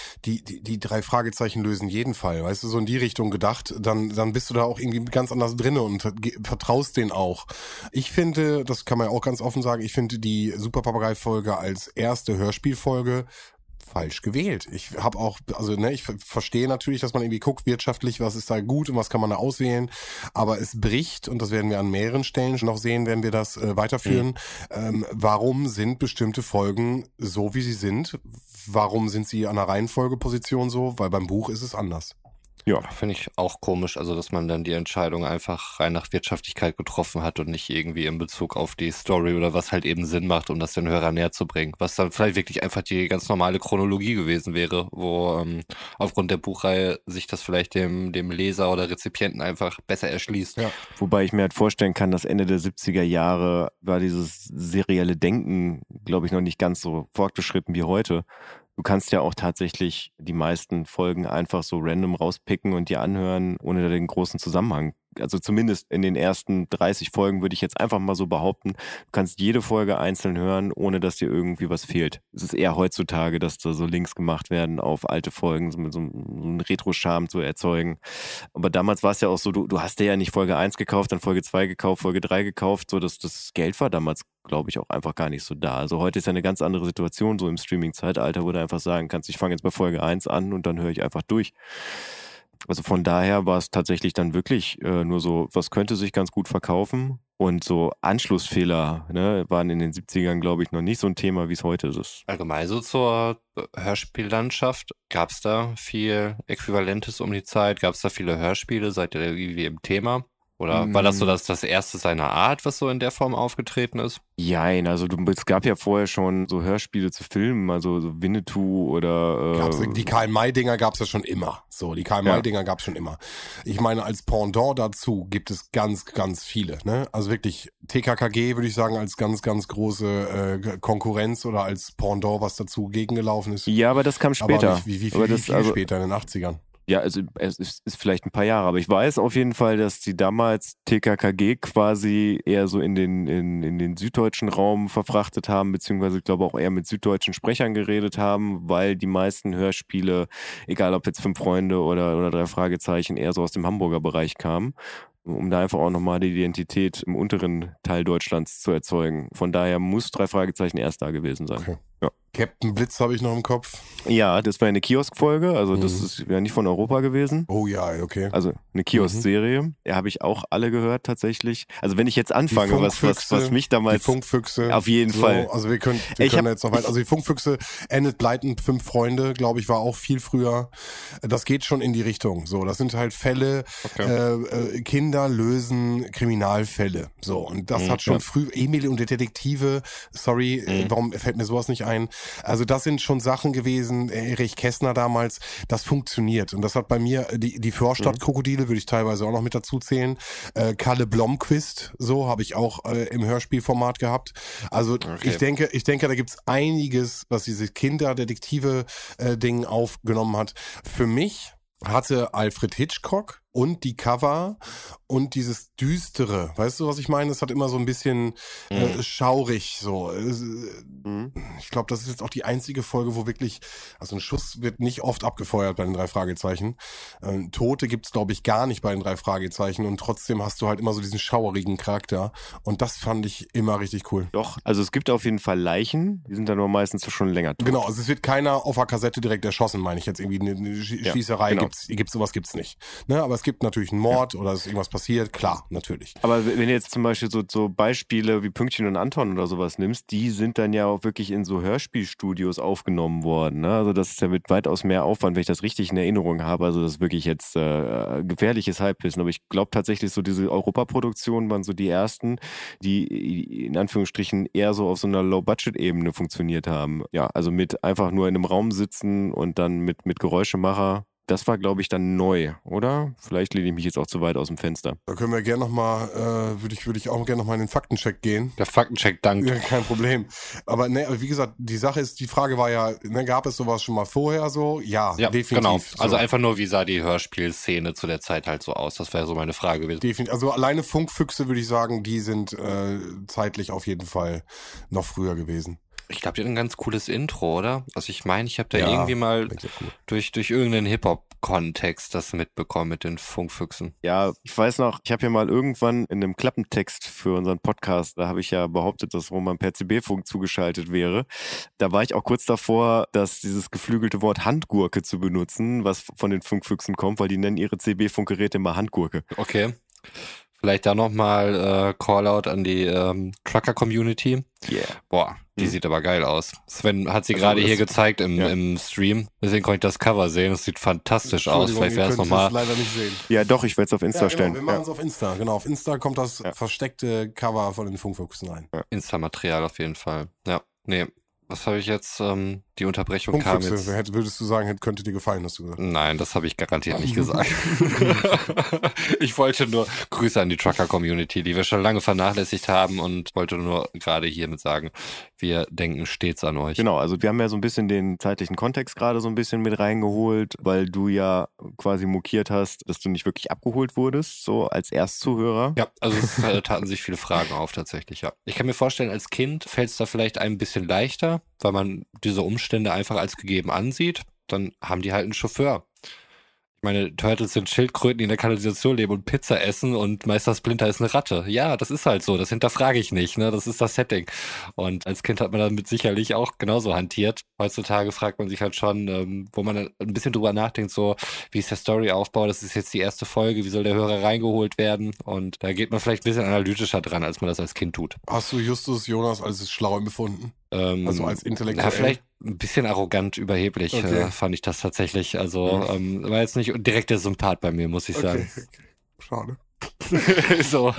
S3: die 3 Fragezeichen lösen jeden Fall, weißt du, so in die Richtung gedacht, dann bist du da auch irgendwie ganz anders drinne und vertraust denen auch. Ich finde, das kann man ja auch ganz offen sagen, ich finde die Super Papagei-Folge als erste Hörspielfolge falsch gewählt. Ich habe auch, ich verstehe natürlich, dass man irgendwie guckt wirtschaftlich, was ist da gut und was kann man da auswählen, aber es bricht, und das werden wir an mehreren Stellen noch sehen, wenn wir das weiterführen, warum sind bestimmte Folgen so, wie sie sind? Warum sind sie an der Reihenfolgeposition so? Weil beim Buch ist es anders.
S1: Ja,
S4: Finde ich auch komisch, also dass man dann die Entscheidung einfach rein nach Wirtschaftlichkeit getroffen hat und nicht irgendwie in Bezug auf die Story oder was halt eben Sinn macht, um das den Hörer näher zu bringen. Was dann vielleicht wirklich einfach die ganz normale Chronologie gewesen wäre, wo aufgrund der Buchreihe sich das vielleicht dem Leser oder Rezipienten einfach besser erschließt.
S3: Ja.
S1: wobei ich mir halt vorstellen kann, dass Ende der 70er Jahre war dieses serielle Denken, glaube ich, noch nicht ganz so fortgeschritten wie heute. Du kannst ja auch tatsächlich die meisten Folgen einfach so random rauspicken und dir anhören, ohne da den großen Zusammenhang. Also zumindest in den ersten 30 Folgen würde ich jetzt einfach mal so behaupten, du kannst jede Folge einzeln hören, ohne dass dir irgendwie was fehlt. Es ist eher heutzutage, dass da so Links gemacht werden auf alte Folgen, so mit so einem Retro-Charme zu erzeugen. Aber damals war es ja auch so, du hast dir ja nicht Folge 1 gekauft, dann Folge 2 gekauft, Folge 3 gekauft, so dass das Geld war damals, glaube ich, auch einfach gar nicht so da. Also heute ist ja eine ganz andere Situation, so im Streaming-Zeitalter, wo du einfach sagen kannst, ich fange jetzt bei Folge 1 an und dann höre ich einfach durch. Also von daher war es tatsächlich dann wirklich nur so, was könnte sich ganz gut verkaufen? Und so Anschlussfehler waren in den 70ern, glaube ich, noch nicht so ein Thema, wie es heute ist.
S4: Allgemein so zur Hörspiellandschaft, gab es da viel Äquivalentes um die Zeit? Gab es da viele Hörspiele? Seid ihr da irgendwie im Thema? Oder war das so das erste seiner Art, was so in der Form aufgetreten ist?
S1: Jein, also es gab ja vorher schon so Hörspiele zu Filmen, also so Winnetou oder...
S3: Die Karl-May-Dinger gab's ja schon immer. So, die Karl-May-Dinger gab's schon immer. Ich meine, als Pendant dazu gibt es ganz, ganz viele. Ne? Also wirklich TKKG würde ich sagen als ganz, ganz große Konkurrenz oder als Pendant, was dazu gegengelaufen ist.
S1: Ja, aber das kam später.
S3: Aber nicht, wie viel später, in den 80ern?
S1: Ja, also es ist vielleicht ein paar Jahre, aber ich weiß auf jeden Fall, dass die damals TKKG quasi eher so in den süddeutschen Raum verfrachtet haben, beziehungsweise ich glaube auch eher mit süddeutschen Sprechern geredet haben, weil die meisten Hörspiele, egal ob jetzt 5 Freunde oder 3 Fragezeichen, eher so aus dem Hamburger Bereich kamen, um da einfach auch nochmal die Identität im unteren Teil Deutschlands zu erzeugen. Von daher muss 3 Fragezeichen erst da gewesen sein.
S3: Okay.
S1: Ja.
S3: Captain Blitz habe ich noch im Kopf.
S1: Ja, das war eine Kiosk-Folge, also das ist ja nicht von Europa gewesen.
S3: Oh ja, okay.
S1: Also eine Kiosk-Serie. Ja, habe ich auch alle gehört tatsächlich. Also wenn ich jetzt anfange, was mich damals...
S3: Die Funkfüchse.
S1: Auf jeden Fall.
S3: Also wir können jetzt noch weiter. Also die Funkfüchse, Enid Blyton, 5 Freunde, glaube ich, war auch viel früher. Das geht schon in die Richtung. So, das sind halt Fälle, Kinder lösen Kriminalfälle. So, und das hat schon früh, Emil und die Detektive, warum fällt mir sowas nicht ein? Also das sind schon Sachen gewesen, Erich Kästner damals, das funktioniert. Und das hat bei mir, die Vorstadtkrokodile würde ich teilweise auch noch mit dazu zählen. Kalle Blomqvist, so habe ich auch im Hörspielformat gehabt. Also ich denke, da gibt's einiges, was diese Kinderdetektive-Ding aufgenommen hat. Für mich hatte Alfred Hitchcock und die Cover und dieses Düstere, weißt du, was ich meine? Es hat immer so ein bisschen schaurig so. Ich glaube, das ist jetzt auch die einzige Folge, wo wirklich, also ein Schuss wird nicht oft abgefeuert bei den 3 Fragezeichen. Tote gibt's, glaube ich, gar nicht bei den 3 Fragezeichen und trotzdem hast du halt immer so diesen schauerigen Charakter und das fand ich immer richtig cool.
S1: Doch, also es gibt auf jeden Fall Leichen, die sind dann nur meistens schon länger tot.
S3: Genau, also es wird keiner auf der Kassette direkt erschossen, meine ich jetzt irgendwie eine Schießerei,
S1: genau.
S3: sowas gibt's nicht. Ne, aber es gibt natürlich einen Mord oder ist irgendwas passiert, klar, natürlich.
S1: Aber wenn du jetzt zum Beispiel so Beispiele wie Pünktchen und Anton oder sowas nimmst, die sind dann ja auch wirklich in so Hörspielstudios aufgenommen worden. Ne? Also das ist ja mit weitaus mehr Aufwand, wenn ich das richtig in Erinnerung habe. Also das ist wirklich jetzt gefährliches Halbwissen. Aber ich glaube tatsächlich, so diese Europaproduktionen waren so die ersten, die in Anführungsstrichen eher so auf so einer Low-Budget-Ebene funktioniert haben. Ja, also mit einfach nur in einem Raum sitzen und dann mit Geräuschemacher. Das war, glaube ich, dann neu, oder? Vielleicht lehne ich mich jetzt auch zu weit aus dem Fenster.
S3: Da können wir gerne nochmal, würde ich auch gerne nochmal in den Faktencheck gehen.
S4: Der Faktencheck dankt.
S3: Ja, kein Problem. Aber ne, wie gesagt, die Sache ist, die Frage war ja, ne, gab es sowas schon mal vorher so? Ja, definitiv.
S4: Genau.
S3: So.
S4: Also einfach nur, wie sah die Hörspielszene zu der Zeit halt so aus? Das wäre so meine Frage gewesen.
S3: Definitiv. Also alleine Funkfüchse würde ich sagen, die sind zeitlich auf jeden Fall noch früher gewesen.
S4: Ich glaube, die hat ein ganz cooles Intro, oder? Also ich meine, ich habe da
S3: Ja,
S4: irgendwie mal
S3: sehr cool.
S4: durch irgendeinen Hip-Hop-Kontext das mitbekommen mit den Funkfüchsen.
S1: Ja, ich weiß noch, ich habe ja mal irgendwann in einem Klappentext für unseren Podcast, da habe ich ja behauptet, dass Roman per CB-Funk zugeschaltet wäre. Da war ich auch kurz davor, dieses geflügelte Wort Handgurke zu benutzen, was von den Funkfüchsen kommt, weil die nennen ihre CB-Funkgeräte immer Handgurke.
S4: Okay. Vielleicht da nochmal Callout an die Trucker-Community.
S1: Yeah.
S4: Boah, die sieht aber geil aus. Sven hat sie
S3: Also
S4: gerade
S3: das-
S4: hier gezeigt im Stream. Deswegen konnte ich das Cover sehen. Das sieht fantastisch aus.
S3: Entschuldigung,
S4: Vielleicht wäre
S3: ihr
S4: es
S3: könnt
S4: nochmal.
S3: es leider nicht sehen.
S1: Ja, doch, ich werde es auf Insta
S3: Ja, genau,
S1: stellen.
S3: wir machen es auf Insta. Genau, auf Insta kommt das versteckte Cover von den Funkfüchsen rein.
S4: Insta-Material auf jeden Fall. Ja, nee. Was habe ich jetzt? Die Unterbrechung kam
S3: Funkfüchse,
S4: jetzt.
S3: würdest du sagen, könnte dir gefallen, hast du gesagt.
S4: Nein, das habe ich garantiert nicht gesagt. Ich wollte nur Grüße an die Trucker-Community, die wir schon lange vernachlässigt haben und wollte nur gerade hiermit sagen, wir denken stets an euch.
S1: Genau, also wir haben ja so ein bisschen den zeitlichen Kontext gerade so ein bisschen mit reingeholt, weil du ja quasi mokiert hast, dass du nicht wirklich abgeholt wurdest, so als Erstzuhörer.
S4: Ja, also es taten sich viele Fragen auf tatsächlich, ja. Ich kann mir vorstellen, als Kind fällt es da vielleicht ein bisschen leichter, weil man diese Umstände einfach als gegeben ansieht. Dann haben die halt einen Chauffeur. Ich meine, Turtles sind Schildkröten, die in der Kanalisation leben und Pizza essen und Meister Splinter ist eine Ratte. Ja, das ist halt so, das hinterfrage ich nicht, ne? Das ist das Setting. Und als Kind hat man damit sicherlich auch genauso hantiert. Heutzutage fragt man sich halt schon, wo man ein bisschen drüber nachdenkt, so, wie ist der Storyaufbau, das ist jetzt die erste Folge, wie soll der Hörer reingeholt werden? Und da geht man vielleicht ein bisschen analytischer dran, als man das als Kind tut.
S3: Hast du Justus Jonas als schlau empfunden? Also als intellektuell?
S4: Ja, vielleicht ein bisschen arrogant, überheblich fand ich das tatsächlich. Also war jetzt nicht direkt der Sympath bei mir, muss ich sagen.
S3: Okay. Schade.
S4: So.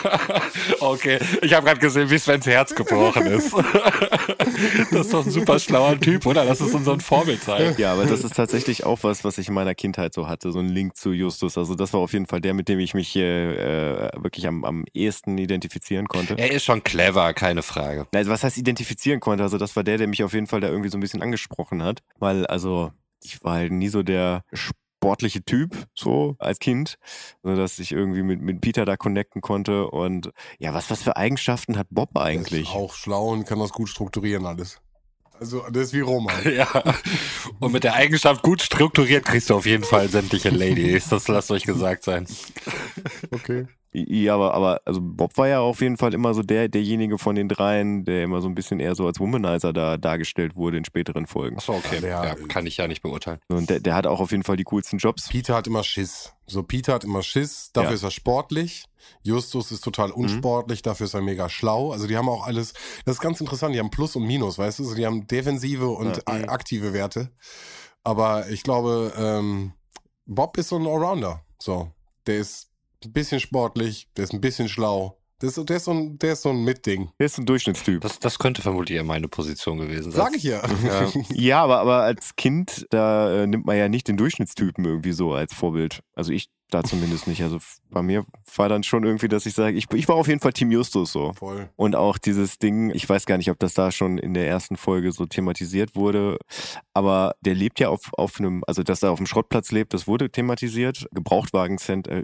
S4: Okay, ich habe gerade gesehen, wie Svens Herz gebrochen ist. Das ist doch ein super schlauer Typ, oder? Lass es unseren Vorbild sein.
S1: Ja, aber das ist tatsächlich auch was ich in meiner Kindheit so hatte, so ein Link zu Justus. Also das war auf jeden Fall der, mit dem ich mich wirklich am ehesten identifizieren konnte.
S4: Er ist schon clever, keine Frage.
S1: Also was heißt identifizieren konnte? Also das war der mich auf jeden Fall da irgendwie so ein bisschen angesprochen hat. Weil also ich war halt nie so der sportliche Typ, so als Kind, dass ich irgendwie mit Peter da connecten konnte. Und ja, was für Eigenschaften hat Bob
S3: Der
S1: eigentlich?
S3: ist auch schlau und kann das gut strukturieren alles. Also, das ist wie Roman.
S4: Ja, und mit der Eigenschaft gut strukturiert kriegst du auf jeden Fall sämtliche Ladies. Das lasst euch gesagt sein.
S3: Okay.
S1: Ja, aber also Bob war ja auf jeden Fall immer so derjenige von den dreien, der immer so ein bisschen eher so als Womanizer da dargestellt wurde in späteren Folgen.
S4: Achso, okay.
S3: Ja,
S4: Ja, kann ich ja nicht beurteilen.
S1: Und der hat auch auf jeden Fall die coolsten Jobs.
S3: Peter hat immer Schiss. So, Peter hat immer Schiss, dafür
S1: Ja.
S3: ist er sportlich. Justus ist total unsportlich, dafür ist er mega schlau. Also die haben auch alles, das ist ganz interessant, die haben Plus und Minus, weißt du? Also die haben defensive und aktive Werte. Aber ich glaube, Bob ist so ein Allrounder. So, der ist ein bisschen sportlich, der ist ein bisschen schlau. Der ist so ein Mitding.
S1: Der ist ein Durchschnittstyp.
S4: Das könnte vermutlich eher meine Position gewesen sein.
S3: Sag ich ja.
S4: Ja.
S1: Ja, aber als Kind, da nimmt man ja nicht den Durchschnittstypen irgendwie so als Vorbild. Also ich da zumindest nicht. Also bei mir war dann schon irgendwie, dass ich sage, ich war auf jeden Fall Team Justus so.
S3: Voll.
S1: Und auch dieses Ding, ich weiß gar nicht, ob das da schon in der ersten Folge so thematisiert wurde, aber der lebt ja auf einem, also dass er auf dem Schrottplatz lebt, das wurde thematisiert. Gebrauchtwarencenter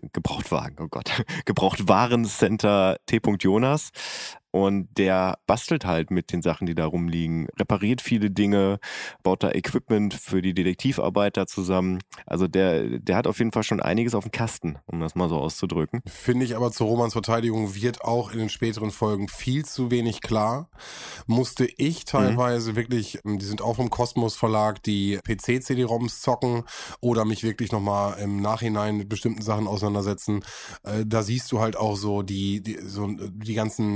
S1: T. Jonas. Und der bastelt halt mit den Sachen, die da rumliegen, repariert viele Dinge, baut da Equipment für die Detektivarbeiter zusammen. Also der hat auf jeden Fall schon einiges auf dem Kasten, um das mal so auszudrücken.
S3: Finde ich aber zu Romans Verteidigung wird auch in den späteren Folgen viel zu wenig klar. Musste ich teilweise wirklich, die sind auch vom Kosmos Verlag, die PC-CD-ROMs zocken oder mich wirklich nochmal im Nachhinein mit bestimmten Sachen auseinandersetzen. Da siehst du halt auch so die ganzen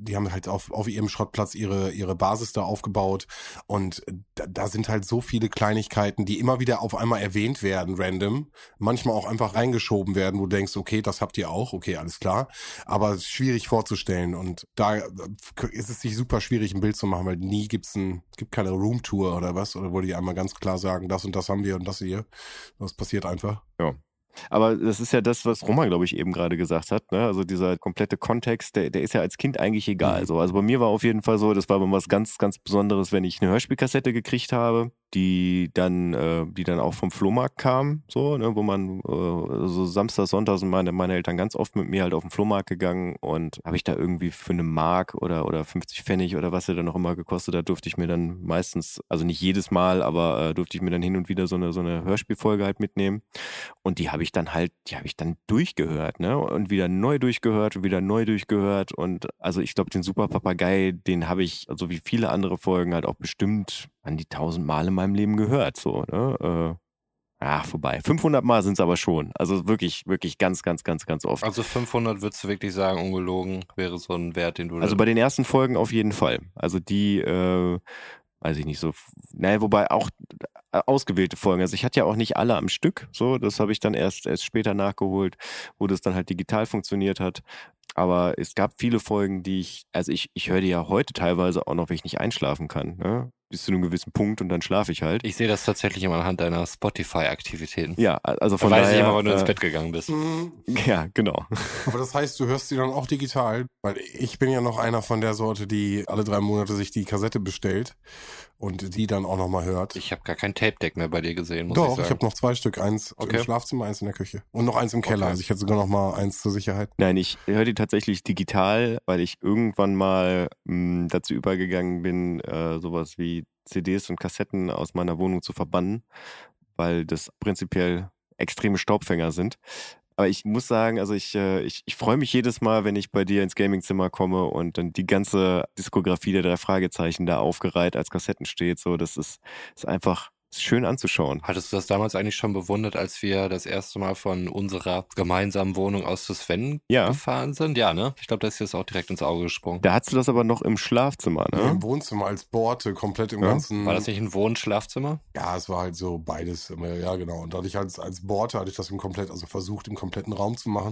S3: die haben halt auf ihrem Schrottplatz ihre Basis da aufgebaut und da sind halt so viele Kleinigkeiten, die immer wieder auf einmal erwähnt werden, random, manchmal auch einfach reingeschoben werden, wo du denkst, okay, das habt ihr auch, okay, alles klar, aber es ist schwierig vorzustellen und da ist es sich super schwierig, ein Bild zu machen, weil es gibt keine Roomtour oder was, oder wo die einmal ganz klar sagen, das und das haben wir und das hier. Das passiert einfach.
S1: Ja. Aber das ist ja das, was Roman, glaube ich, eben gerade gesagt hat. Ne? Also dieser komplette Kontext, der ist ja als Kind eigentlich egal. So. Also bei mir war auf jeden Fall so, das war was ganz, ganz Besonderes, wenn ich eine Hörspielkassette gekriegt habe, die dann auch vom Flohmarkt kam, so, ne? Wo man so Samstag, Sonntag sind meine Eltern ganz oft mit mir halt auf den Flohmarkt gegangen und habe ich da irgendwie für eine Mark oder 50 Pfennig oder was er dann noch immer gekostet hat, durfte ich mir dann meistens, also nicht jedes Mal, aber durfte ich mir dann hin und wieder so eine Hörspielfolge halt mitnehmen. Und die habe ich dann durchgehört, ne? Und wieder neu durchgehört und wieder neu durchgehört. Und also ich glaube, den Super Papagei, den habe ich, so wie viele andere Folgen, halt auch bestimmt an die 1000 Mal in meinem Leben gehört. So, ne? Vorbei. 500 Mal sind es aber schon. Also wirklich, wirklich ganz, ganz, ganz, ganz oft.
S4: Also 500 würdest du wirklich sagen, ungelogen, wäre so ein Wert, den du...
S1: Also bei den ersten Folgen auf jeden Fall. Also die, weiß ich nicht so, naja, wobei auch ausgewählte Folgen. Also ich hatte ja auch nicht alle am Stück, so, das habe ich dann erst später nachgeholt, wo das dann halt digital funktioniert hat. Aber es gab viele Folgen, die ich höre die ja heute teilweise auch noch, wenn ich nicht einschlafen kann, ne? Bis zu einem gewissen Punkt und dann schlafe ich halt.
S4: Ich sehe das tatsächlich immer anhand deiner Spotify-Aktivitäten.
S1: Ja, also von
S4: daher...
S1: daher...
S4: weiß ich immer, wann du ins Bett gegangen bist.
S1: Ja, genau.
S3: Aber das heißt, du hörst die dann auch digital? Weil ich bin ja noch einer von der Sorte, die alle 3 Monate sich die Kassette bestellt und die dann auch nochmal hört.
S4: Ich habe gar kein Tape-Deck mehr bei dir gesehen, muss ich sagen.
S3: Doch, ich habe noch 2 Stück. Eins im Schlafzimmer, eins in der Küche. Und noch eins im Keller.
S4: Okay.
S3: Also ich hätte sogar noch mal eins zur Sicherheit.
S1: Nein, ich höre die tatsächlich digital, weil ich irgendwann mal dazu übergegangen bin, sowas wie CDs und Kassetten aus meiner Wohnung zu verbannen, weil das prinzipiell extreme Staubfänger sind. Aber ich muss sagen, also ich freue mich jedes Mal, wenn ich bei dir ins Gamingzimmer komme und dann die ganze Diskografie der 3 Fragezeichen da aufgereiht als Kassetten steht. So, das ist einfach schön anzuschauen.
S4: Hattest du das damals eigentlich schon bewundert, als wir das erste Mal von unserer gemeinsamen Wohnung aus zu Sven gefahren sind? Ja, ne? Ich glaube, das ist jetzt auch direkt ins Auge gesprungen.
S1: Da hattest du das aber noch im Schlafzimmer, ne?
S3: Ja, im Wohnzimmer als Borte, komplett im ganzen...
S4: War das nicht ein Wohn-Schlafzimmer?
S3: Ja, es war halt so beides. Ja, genau. Und dadurch als Borte hatte ich das versucht, im kompletten Raum zu machen.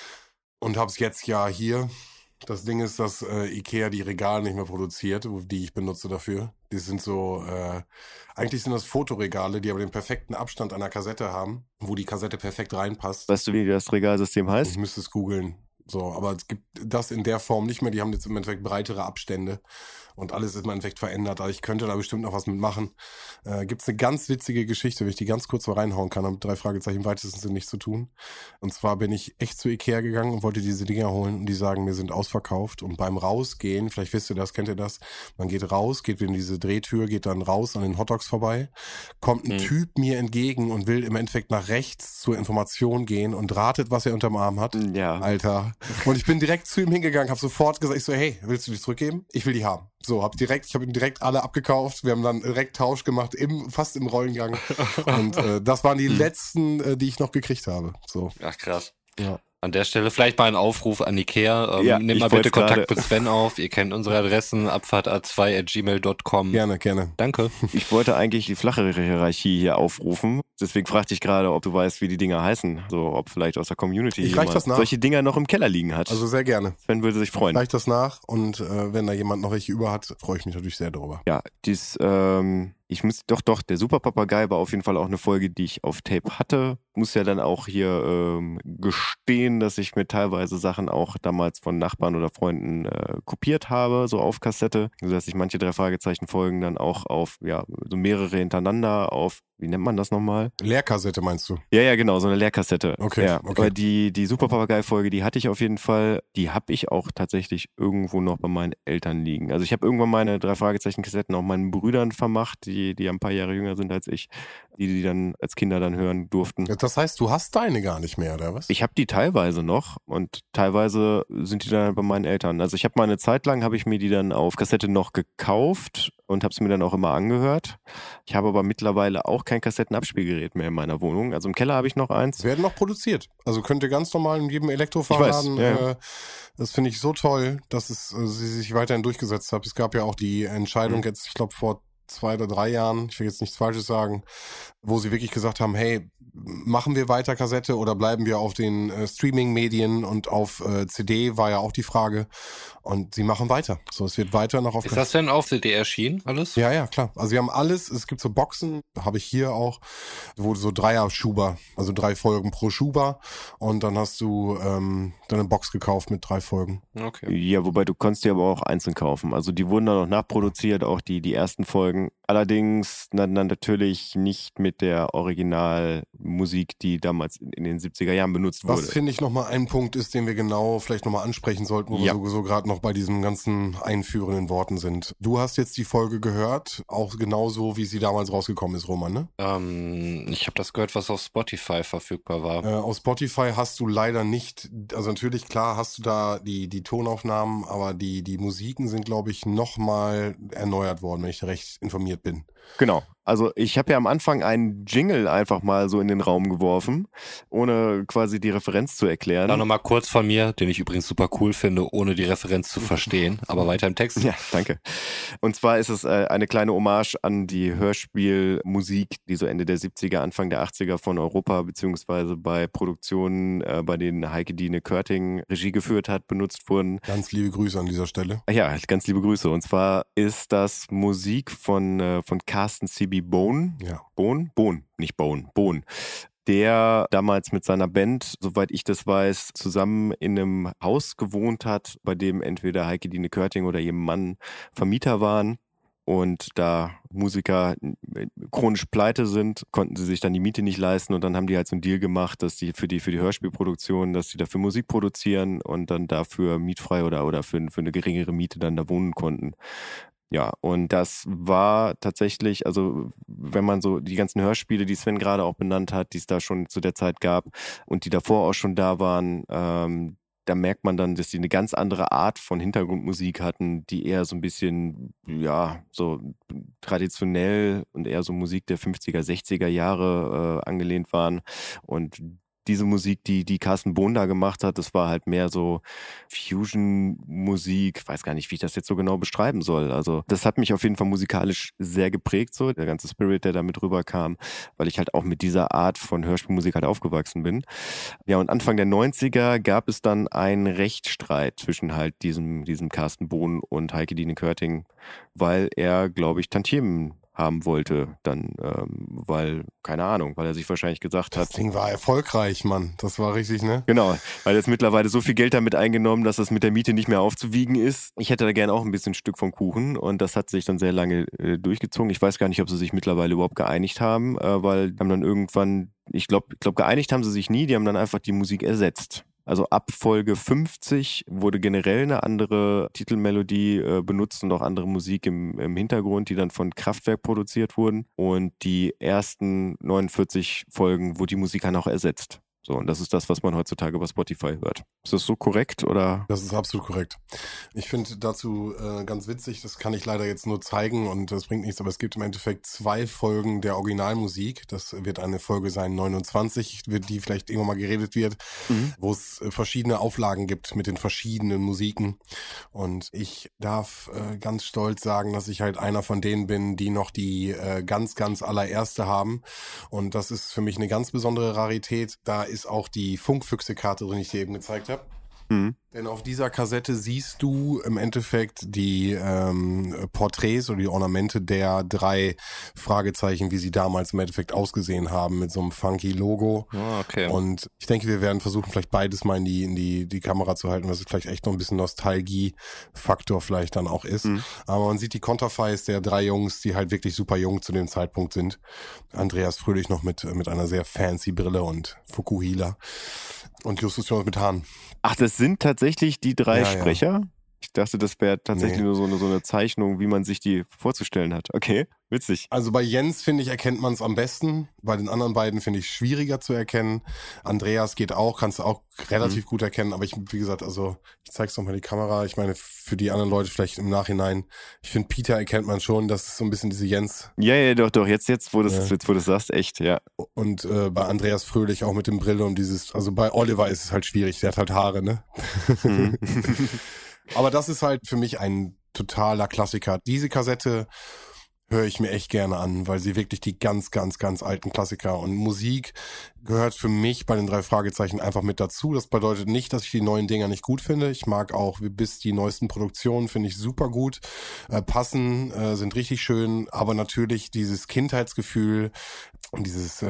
S3: Und habe es jetzt ja hier. Das Ding ist, dass Ikea die Regale nicht mehr produziert, die ich benutze dafür. Die sind so, eigentlich sind das Fotoregale, die aber den perfekten Abstand einer Kassette haben, wo die Kassette perfekt reinpasst.
S1: Weißt du, wie das Regalsystem heißt?
S3: Ich müsste es googeln. So, aber es gibt das in der Form nicht mehr. Die haben jetzt im Endeffekt breitere Abstände und alles ist im Endeffekt verändert. Also ich könnte da bestimmt noch was mitmachen. Gibt's eine ganz witzige Geschichte, wenn ich die ganz kurz mal reinhauen kann, haben 3 Fragezeichen im weitesten Sinne nichts zu tun. Und zwar bin ich echt zu Ikea gegangen und wollte diese Dinger holen und die sagen, wir sind ausverkauft. Und beim Rausgehen, vielleicht wisst ihr das, kennt ihr das, man geht raus, geht in diese Drehtür, geht dann raus an den Hotdogs vorbei, kommt ein Typ mir entgegen und will im Endeffekt nach rechts zur Information gehen und ratet, was er unterm Arm hat.
S1: Ja.
S3: Alter. Und ich bin direkt zu ihm hingegangen, habe sofort gesagt, ich so, hey, willst du die zurückgeben? Ich will die haben. So, ich habe ihm direkt alle abgekauft. Wir haben dann direkt Tausch gemacht, fast im Rollengang. Und das waren die letzten, die ich noch gekriegt habe. So.
S4: Ach, krass.
S3: Ja.
S4: An der Stelle vielleicht mal ein Aufruf an Ikea. Nehmt mal bitte Kontakt mit Sven auf. Ihr kennt unsere Adressen, abfahrta2@gmail.com.
S3: Gerne.
S4: Danke.
S1: Ich wollte eigentlich die flachere Hierarchie hier aufrufen. Deswegen fragte ich gerade, ob du weißt, wie die Dinger heißen. So, ob vielleicht aus der Community jemand solche Dinger noch im Keller liegen hat.
S3: Also sehr gerne.
S1: Sven würde sich freuen.
S3: Reich das nach und wenn da jemand noch welche über hat, freue ich mich natürlich sehr darüber.
S1: Ja, ich muss der Super Papagei war auf jeden Fall auch eine Folge, die ich auf Tape hatte. Muss ja dann auch hier gestehen, dass ich mir teilweise Sachen auch damals von Nachbarn oder Freunden kopiert habe, so auf Kassette. Also dass ich manche 3 Fragezeichen Folgen dann auch auf, so mehrere hintereinander auf, wie nennt man das nochmal?
S3: Leerkassette meinst du?
S1: Ja, genau, so eine Leerkassette.
S3: Okay,
S1: ja,
S3: okay.
S1: Aber die Super Papagei-Folge, die hatte ich auf jeden Fall, die habe ich auch tatsächlich irgendwo noch bei meinen Eltern liegen. Also ich habe irgendwann meine 3 Fragezeichen-Kassetten auch meinen Brüdern vermacht, die ein paar Jahre jünger sind als ich, die dann als Kinder dann hören durften.
S3: Das heißt, du hast deine gar nicht mehr, oder was?
S1: Ich habe die teilweise noch und teilweise sind die dann bei meinen Eltern. Also ich habe mal eine Zeit lang, habe ich mir die dann auf Kassette noch gekauft und habe es mir dann auch immer angehört. Ich habe aber mittlerweile auch kein Kassettenabspielgerät mehr in meiner Wohnung. Also im Keller habe ich noch eins.
S3: Werden noch produziert. Also könnt ihr ganz normal in jedem Elektrofahrladen.
S1: Ich weiß, ja.
S3: Das finde ich so toll, dass sie sich weiterhin durchgesetzt hat. Es gab ja auch die Entscheidung jetzt, ich glaube vor 2 oder 3 Jahren, ich will jetzt nichts Falsches sagen, wo sie wirklich gesagt haben, hey, machen wir weiter Kassette oder bleiben wir auf den Streaming-Medien, und auf CD war ja auch die Frage, und sie machen weiter. So, es wird weiter noch auf...
S4: Ist das denn auf CD erschienen, alles?
S3: Ja, klar. Also wir haben alles, es gibt so Boxen, habe ich hier auch, wo so 3er-Schuber, also 3 Folgen pro Schuber, und dann hast du dann eine Box gekauft mit 3 Folgen.
S4: Okay.
S1: Ja, wobei du konntest die aber auch einzeln kaufen. Also die wurden dann noch nachproduziert, auch die ersten Folgen. Allerdings dann natürlich nicht mit der Originalmusik, die damals in den 70er Jahren benutzt wurde.
S3: Was finde ich nochmal ein Punkt ist, den wir genau vielleicht nochmal ansprechen sollten, wo wir sowieso gerade noch bei diesen ganzen einführenden Worten sind. Du hast jetzt die Folge gehört, auch genauso, wie sie damals rausgekommen ist, Roman, ne?
S4: Ich habe das gehört, was auf Spotify verfügbar war.
S3: Auf Spotify hast du leider nicht, also natürlich, klar, hast du da die Tonaufnahmen, aber die Musiken sind, glaube ich, nochmal erneuert worden, wenn ich recht informiert bin.
S1: Genau. Also ich habe ja am Anfang einen Jingle einfach mal so in den Raum geworfen, ohne quasi die Referenz zu erklären.
S4: Da nochmal kurz von mir, den ich übrigens super cool finde, ohne die Referenz zu verstehen, aber weiter im Text.
S1: Ja, danke. Und zwar ist es eine kleine Hommage an die Hörspielmusik, die so Ende der 70er, Anfang der 80er von Europa beziehungsweise bei Produktionen, bei denen Heike Dine Körting Regie geführt hat, benutzt wurden.
S3: Ganz liebe Grüße an dieser Stelle.
S1: Ja, ganz liebe Grüße. Und zwar ist das Musik von Carsten C.B. Bohn.
S3: Ja.
S1: Bohn, nicht Bone, Bohn. Der damals mit seiner Band, soweit ich das weiß, zusammen in einem Haus gewohnt hat, bei dem entweder Heike Dine Körting oder ihr Mann Vermieter waren. Und da Musiker chronisch pleite sind, konnten sie sich dann die Miete nicht leisten, und dann haben die halt so einen Deal gemacht, dass die für die Hörspielproduktion, dass die dafür Musik produzieren und dann dafür mietfrei oder für eine geringere Miete dann da wohnen konnten. Ja, und das war tatsächlich, also wenn man so die ganzen Hörspiele, die Sven gerade auch benannt hat, die es da schon zu der Zeit gab und die davor auch schon da waren, da merkt man dann, dass die eine ganz andere Art von Hintergrundmusik hatten, die eher so ein bisschen, ja, so traditionell und eher so Musik der 50er, 60er Jahre angelehnt waren. Und diese Musik, die Carsten Bohn da gemacht hat, das war halt mehr so Fusion-Musik. Ich weiß gar nicht, wie ich das jetzt so genau beschreiben soll. Also das hat mich auf jeden Fall musikalisch sehr geprägt, so der ganze Spirit, der da mit rüberkam, weil ich halt auch mit dieser Art von Hörspielmusik halt aufgewachsen bin. Ja, und Anfang der 90er gab es dann einen Rechtsstreit zwischen halt diesem Carsten Bohn und Heike Dine Körting, weil er, glaube ich, Tantiemen haben wollte, dann, weil, keine Ahnung, weil er sich wahrscheinlich gesagt hat.
S3: Das Ding war erfolgreich, Mann. Das war richtig, ne?
S1: Genau, weil jetzt mittlerweile so viel Geld damit eingenommen, dass das mit der Miete nicht mehr aufzuwiegen ist. Ich hätte da gerne auch ein bisschen Stück vom Kuchen, und das hat sich dann sehr lange durchgezogen. Ich weiß gar nicht, ob sie sich mittlerweile überhaupt geeinigt haben, weil haben dann irgendwann, ich glaube, geeinigt haben sie sich nie, die haben dann einfach die Musik ersetzt. Also ab Folge 50 wurde generell eine andere Titelmelodie benutzt und auch andere Musik im Hintergrund, die dann von Kraftwerk produziert wurden. Und die ersten 49 Folgen wurde die Musik dann auch ersetzt. So, und das ist das, was man heutzutage bei Spotify hört. Ist das so korrekt, oder?
S3: Das ist absolut korrekt. Ich finde dazu ganz witzig, das kann ich leider jetzt nur zeigen und das bringt nichts, aber es gibt im Endeffekt 2 Folgen der Originalmusik. Das wird eine Folge sein, 29, die vielleicht irgendwann mal geredet wird, wo es verschiedene Auflagen gibt mit den verschiedenen Musiken. Und ich darf ganz stolz sagen, dass ich halt einer von denen bin, die noch die ganz, ganz allererste haben. Und das ist für mich eine ganz besondere Rarität. Da ist auch die Funkfüchse-Karte drin, die ich dir eben gezeigt habe. Denn auf dieser Kassette siehst du im Endeffekt die Porträts oder die Ornamente der 3 Fragezeichen, wie sie damals im Endeffekt ausgesehen haben, mit so einem funky Logo.
S4: Oh, okay.
S3: Und ich denke, wir werden versuchen, vielleicht beides mal in die Kamera zu halten, was vielleicht echt noch ein bisschen Nostalgie-Faktor vielleicht dann auch ist. Aber man sieht die Konterfeis der 3 Jungs, die halt wirklich super jung zu dem Zeitpunkt sind. Andreas Fröhlich noch mit einer sehr fancy Brille und Fukuhila. Und Justus Jonas mit Haaren.
S1: Ach, das sind tatsächlich die 3
S3: Ja,
S1: Sprecher?
S3: ja.
S1: Ich dachte, das wäre tatsächlich nur so eine Zeichnung, wie man sich die vorzustellen hat. Okay, witzig.
S3: Also bei Jens, finde ich, erkennt man es am besten. Bei den anderen beiden finde ich es schwieriger zu erkennen. Andreas geht auch, kannst du auch relativ gut erkennen. Aber wie gesagt, also ich zeig's noch mal die Kamera. Ich meine, für die anderen Leute vielleicht im Nachhinein. Ich finde, Peter erkennt man schon, das ist so ein bisschen diese Jens.
S1: Ja, doch. Jetzt, wo du das sagst, echt, ja.
S3: Und bei Andreas Fröhlich auch mit dem Brille und also bei Oliver ist es halt schwierig, der hat halt Haare, ne? Aber das ist halt für mich ein totaler Klassiker. Diese Kassette höre ich mir echt gerne an, weil sie wirklich die ganz, ganz, ganz alten Klassiker und Musik gehört für mich bei den 3 Fragezeichen einfach mit dazu. Das bedeutet nicht, dass ich die neuen Dinger nicht gut finde. Ich mag auch bis die neuesten Produktionen, finde ich super gut, passen, sind richtig schön, aber natürlich dieses Kindheitsgefühl und dieses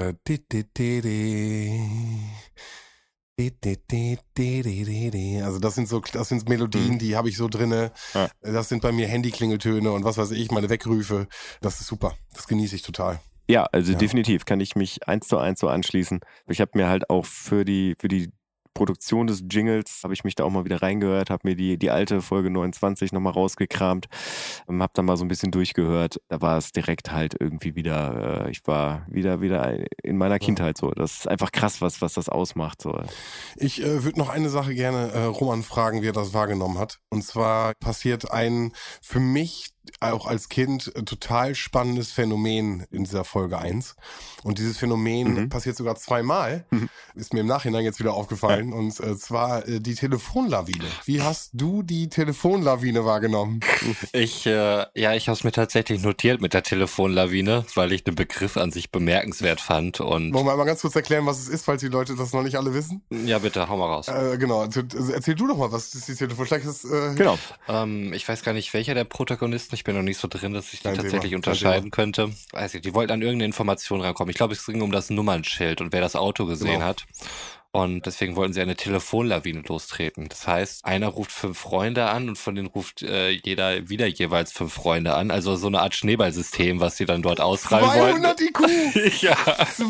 S3: also das sind Melodien, die habe ich so drinne. Ja. Das sind bei mir Handyklingeltöne und was weiß ich, meine Weckrüfe. Das ist super. Das genieße ich total.
S1: Ja, also definitiv kann ich mich 1:1 so anschließen. Ich habe mir halt auch für die Produktion des Jingles habe ich mich da auch mal wieder reingehört, habe mir die alte Folge 29 nochmal rausgekramt, habe dann mal so ein bisschen durchgehört. Da war es direkt halt irgendwie wieder, ich war wieder in meiner Kindheit so. Das ist einfach krass, was das ausmacht. So.
S3: Ich würde noch eine Sache gerne Roman fragen, wie er das wahrgenommen hat. Und zwar passiert ein für mich auch als Kind total spannendes Phänomen in dieser Folge 1. Und dieses Phänomen passiert sogar 2-mal. Ist mir im Nachhinein jetzt wieder aufgefallen. Ja. Und zwar die Telefonlawine. Wie hast du die Telefonlawine wahrgenommen?
S4: Ich habe es mir tatsächlich notiert mit der Telefonlawine, weil ich den Begriff an sich bemerkenswert fand. Und
S3: wollen wir mal ganz kurz erklären, was es ist, falls die Leute das noch nicht alle wissen?
S4: Ja, bitte, hau mal raus.
S3: Genau, also, erzähl du doch mal, was ist die Telefonlawine?
S1: Genau.
S4: Ich weiß gar nicht, welcher der Protagonisten. Ich bin noch nicht so drin, dass ich die tatsächlich unterscheiden könnte. Weiß ich, die wollten an irgendeine Information rankommen. Ich glaube, es ging um das Nummernschild und wer das Auto gesehen hat. Und deswegen wollten sie eine Telefonlawine lostreten. Das heißt, einer ruft 5 Freunde an und von denen ruft jeder wieder jeweils 5 Freunde an. Also so eine Art Schneeballsystem, was sie dann dort ausrollen wollten.
S3: 200 IQ!
S4: Ja.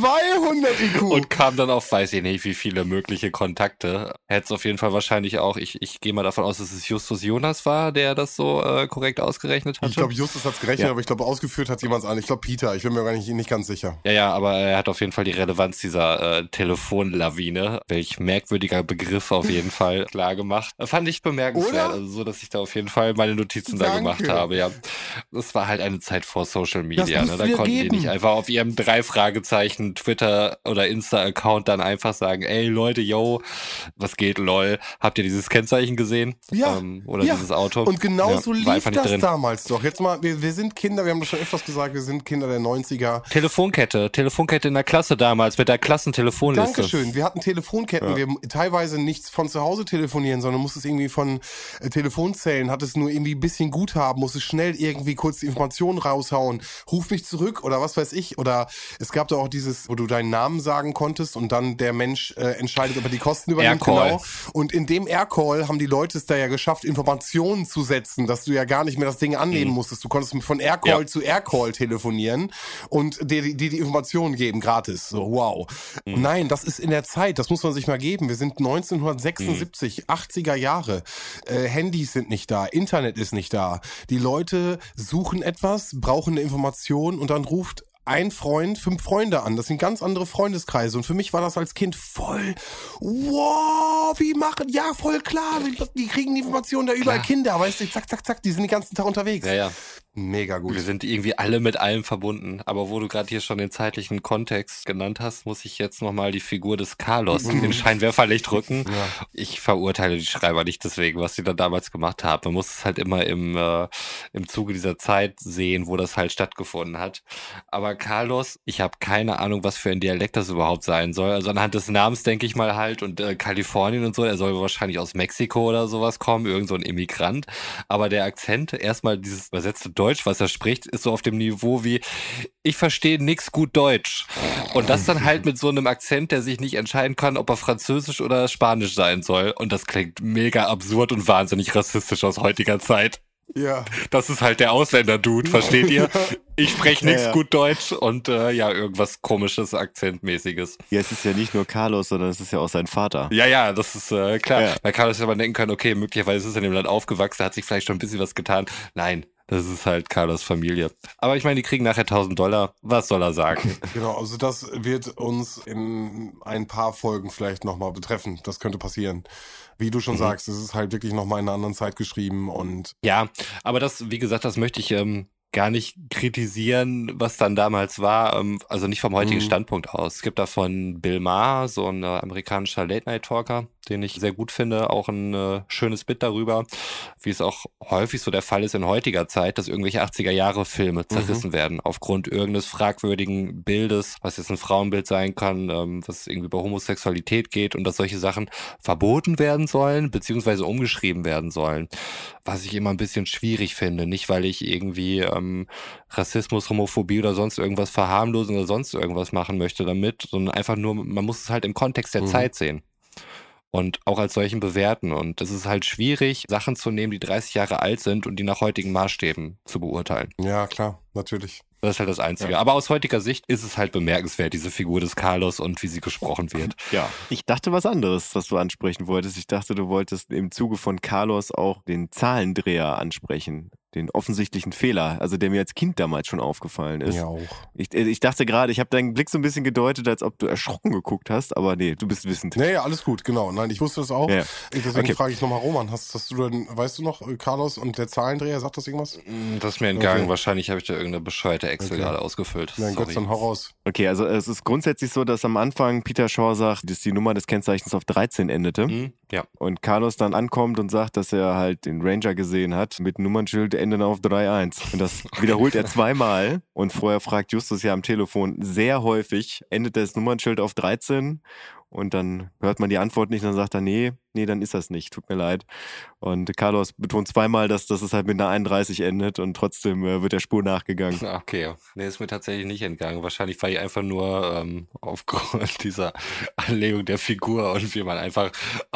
S3: 200 IQ!
S4: Und kam dann auf, weiß ich nicht, wie viele mögliche Kontakte. Hätte es auf jeden Fall wahrscheinlich auch, ich gehe mal davon aus, dass es Justus Jonas war, der das so korrekt ausgerechnet hatte.
S3: Ich glaube, Justus hat es gerechnet, aber ich glaube, ausgeführt hat jemand an. Ich glaube, Peter. Ich bin mir gar nicht ganz sicher.
S4: Ja, aber er hat auf jeden Fall die Relevanz dieser Telefonlawine. Welch merkwürdiger Begriff auf jeden Fall klar gemacht. Fand ich bemerkenswert.
S3: Oder?
S4: Also so, dass ich da auf jeden Fall meine Notizen da gemacht habe, ja. Das war halt eine Zeit vor Social Media, ne? Da konnten die nicht einfach auf ihrem 3 Fragezeichen Twitter oder Insta-Account dann einfach sagen, ey Leute, yo, was geht, lol. Habt ihr dieses Kennzeichen gesehen?
S3: Ja.
S4: Oder dieses Auto?
S3: Und genauso lief das damals doch. Jetzt mal, wir sind Kinder, wir haben das schon öfters gesagt, wir sind Kinder der 90er.
S4: Telefonkette in der Klasse damals mit der Klassentelefonliste.
S3: Dankeschön, wir hatten Telefonketten, wir teilweise nichts von zu Hause telefonieren, sondern musstest irgendwie von Telefonzellen, hattest nur irgendwie ein bisschen Guthaben, musstest schnell irgendwie kurz die Informationen raushauen, ruf mich zurück oder was weiß ich. Oder es gab da auch dieses, wo du deinen Namen sagen konntest und dann der Mensch entscheidet, ob er die Kosten übernimmt. Genau. Und in dem Aircall haben die Leute es da ja geschafft, Informationen zu setzen, dass du ja gar nicht mehr das Ding annehmen musstest. Du konntest von Aircall zu Aircall telefonieren und dir die Informationen geben, gratis. So, wow. Nein, das ist in der Zeit, das muss man sich mal geben. Wir sind 1976, 80er Jahre. Handys sind nicht da, Internet ist nicht da. Die Leute suchen etwas, brauchen eine Information und dann ruft ein Freund 5 Freunde an. Das sind ganz andere Freundeskreise. Und für mich war das als Kind voll, wow, voll klar. Die kriegen die Informationen da überall. Kinder, weißt du, zack, zack, zack, die sind den ganzen Tag unterwegs.
S4: Ja.
S3: Mega gut.
S4: Wir sind irgendwie alle mit allem verbunden. Aber wo du gerade hier schon den zeitlichen Kontext genannt hast, muss ich jetzt nochmal die Figur des Carlos in den Scheinwerferlicht rücken. Ja. Ich verurteile die Schreiber nicht deswegen, was sie da damals gemacht haben. Man muss es halt immer im Zuge dieser Zeit sehen, wo das halt stattgefunden hat. Aber Carlos, ich habe keine Ahnung, was für ein Dialekt das überhaupt sein soll. Also anhand des Namens denke ich mal halt und Kalifornien und so, er soll wahrscheinlich aus Mexiko oder sowas kommen, irgend so ein Immigrant. Aber der Akzent, erstmal dieses übersetzte Deutsch, was er spricht, ist so auf dem Niveau wie, ich verstehe nix gut Deutsch. Und das dann halt mit so einem Akzent, der sich nicht entscheiden kann, ob er Französisch oder Spanisch sein soll. Und das klingt mega absurd und wahnsinnig rassistisch aus heutiger Zeit.
S3: Ja.
S4: Das ist halt der Ausländer-Dude, versteht ihr? Ich spreche nichts
S1: Ja.
S4: gut Deutsch und irgendwas komisches, Akzentmäßiges.
S1: Ja, es ist ja nicht nur Carlos, sondern es ist ja auch sein Vater.
S4: Ja, das ist klar.
S1: Ja.
S4: Man kann sich aber denken können, okay, möglicherweise ist er in dem Land aufgewachsen, hat sich vielleicht schon ein bisschen was getan. Nein, das ist halt Carlos Familie. Aber ich meine, die kriegen nachher $1.000. Was soll er sagen?
S3: Genau, also das wird uns in ein paar Folgen vielleicht nochmal betreffen. Das könnte passieren. Wie du schon sagst, es ist halt wirklich nochmal in einer anderen Zeit geschrieben und
S4: Ja, aber das, wie gesagt, das möchte ich gar nicht kritisieren, was dann damals war, also nicht vom heutigen Standpunkt aus. Es gibt da von Bill Maher, so ein amerikanischer Late-Night-Talker, den ich sehr gut finde, auch ein schönes Bit darüber, wie es auch häufig so der Fall ist in heutiger Zeit, dass irgendwelche 80er-Jahre-Filme zerrissen werden, aufgrund irgendeines fragwürdigen Bildes, was jetzt ein Frauenbild sein kann, was irgendwie über Homosexualität geht und dass solche Sachen verboten werden sollen, beziehungsweise umgeschrieben werden sollen. Was ich immer ein bisschen schwierig finde, nicht weil ich irgendwie Rassismus, Homophobie oder sonst irgendwas verharmlosen oder sonst irgendwas machen möchte damit, sondern einfach nur, man muss es halt im Kontext der Zeit sehen. Und auch als solchen bewerten. Und es ist halt schwierig, Sachen zu nehmen, die 30 Jahre alt sind und die nach heutigen Maßstäben zu beurteilen.
S3: ja, klar, natürlich.
S4: Das ist halt das Einzige. Aber aus heutiger Sicht ist es halt bemerkenswert, diese Figur des Carlos und wie sie gesprochen wird.
S1: Ja. Ich dachte was anderes, was du ansprechen wolltest. Ich dachte, du wolltest im Zuge von Carlos auch den Zahlendreher ansprechen. Den offensichtlichen Fehler, also der mir als Kind damals schon aufgefallen ist.
S3: Ja, auch.
S1: Ich dachte gerade, ich habe deinen Blick so ein bisschen gedeutet, als ob du erschrocken geguckt hast, aber nee, du bist wissend.
S3: Nee, alles gut, genau. Nein, ich wusste das auch.
S1: Ja.
S3: Deswegen
S1: Okay.
S3: frage ich nochmal Roman, hast du denn, weißt du noch, Carlos und der Zahlendreher, sagt das irgendwas?
S4: Das ist mir entgangen.
S3: Okay.
S4: Wahrscheinlich habe ich da irgendeine bescheuerte Excel
S3: Okay.
S4: gerade ausgefüllt.
S3: Nein, Gott,
S4: Sorry.
S3: dann hau raus.
S1: Okay, also es ist grundsätzlich so, dass am Anfang Peter Shaw sagt, dass die Nummer des Kennzeichens auf 13 endete.
S4: Ja.
S1: Und Carlos dann ankommt und sagt, dass er halt den Ranger gesehen hat mit Nummernschild Ende auf 3-1. Und das wiederholt er zweimal. Und vorher fragt Justus ja am Telefon sehr häufig, endet das Nummernschild auf 13? Und dann hört man die Antwort nicht und dann sagt er, nee, dann ist das nicht, tut mir leid. Und Carlos betont zweimal, dass es halt mit einer 31 endet und trotzdem wird der Spur nachgegangen.
S4: Okay, nee, ist mir tatsächlich nicht entgangen. Wahrscheinlich war ich einfach nur aufgrund dieser Anlegung der Figur und wie man einfach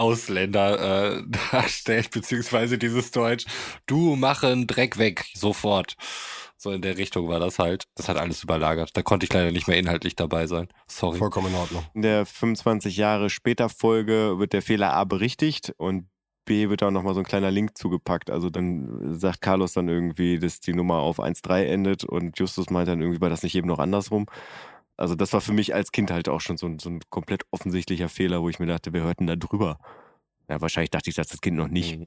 S4: Ausländer darstellt, beziehungsweise dieses Deutsch, du machen Dreck weg, sofort. So in der Richtung war das halt. Das hat alles überlagert. Da konnte ich leider nicht mehr inhaltlich dabei sein. Sorry.
S3: Vollkommen in Ordnung.
S1: In der 25 Jahre später Folge wird der Fehler A berichtigt und B wird auch nochmal so ein kleiner Link zugepackt. Also dann sagt Carlos dann irgendwie, dass die Nummer auf 1-3 endet und Justus meint dann irgendwie, war das nicht eben noch andersrum. Also das war für mich als Kind halt auch schon so ein komplett offensichtlicher Fehler, wo ich mir dachte, wer hört denn da drüber? Ja, wahrscheinlich dachte ich das als Kind noch nicht.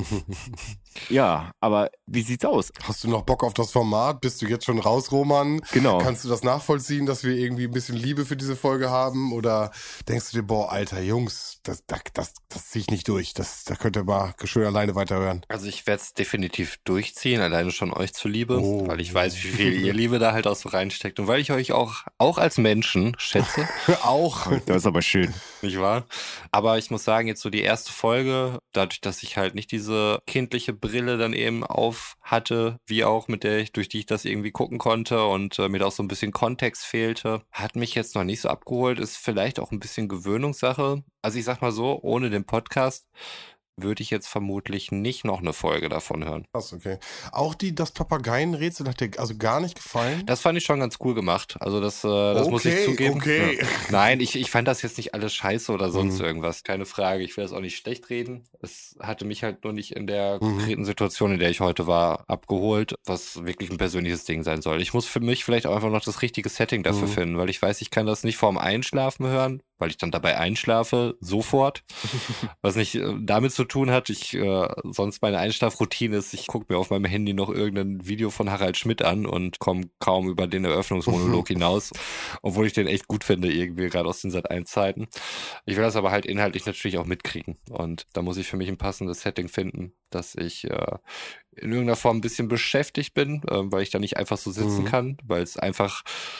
S1: Ja, aber wie sieht's aus?
S3: Hast du noch Bock auf das Format? Bist du jetzt schon raus, Roman?
S1: Genau.
S3: Kannst du das nachvollziehen, dass wir irgendwie ein bisschen Liebe für diese Folge haben? Oder denkst du dir, boah, Alter, Jungs, das zieh ich nicht durch. Da könnt ihr mal schön alleine weiterhören.
S4: Also ich werde es definitiv durchziehen, alleine schon euch zuliebe,
S3: Oh.
S4: weil ich weiß, wie viel ihr Liebe da halt auch so reinsteckt und weil ich euch auch als Menschen schätze.
S3: Auch.
S1: Das ist aber schön.
S4: Nicht wahr? Aber ich muss sagen, jetzt so die erste Folge, dadurch, dass ich halt nicht diese kindliche Brille dann eben auf hatte, wie auch durch die ich das irgendwie gucken konnte und mir da auch so ein bisschen Kontext fehlte, hat mich jetzt noch nicht so abgeholt, ist vielleicht auch ein bisschen Gewöhnungssache. Also ich sag mal so, ohne den Podcast würde ich jetzt vermutlich nicht noch eine Folge davon hören.
S3: Krass, okay. Auch das Papageienrätsel hat dir also gar nicht gefallen?
S4: Das fand ich schon ganz cool gemacht. Also das muss ich zugeben.
S3: Okay.
S4: Ja. Nein, ich fand das jetzt nicht alles scheiße oder sonst irgendwas. Keine Frage. Ich will das auch nicht schlecht reden. Es hatte mich halt nur nicht in der konkreten Situation, in der ich heute war, abgeholt, was wirklich ein persönliches Ding sein soll. Ich muss für mich vielleicht auch einfach noch das richtige Setting dafür finden, weil ich weiß, ich kann das nicht vorm Einschlafen hören, weil ich dann dabei einschlafe, sofort. Was nicht damit zu tun hat, sonst meine Einschlafroutine ist, ich gucke mir auf meinem Handy noch irgendein Video von Harald Schmidt an und komme kaum über den Eröffnungsmonolog hinaus, obwohl ich den echt gut finde, irgendwie gerade aus den Sat.1-Zeiten. Ich will das aber halt inhaltlich natürlich auch mitkriegen und da muss ich für mich ein passendes Setting finden, dass ich in irgendeiner Form ein bisschen beschäftigt bin, weil ich da nicht einfach so sitzen kann, weil es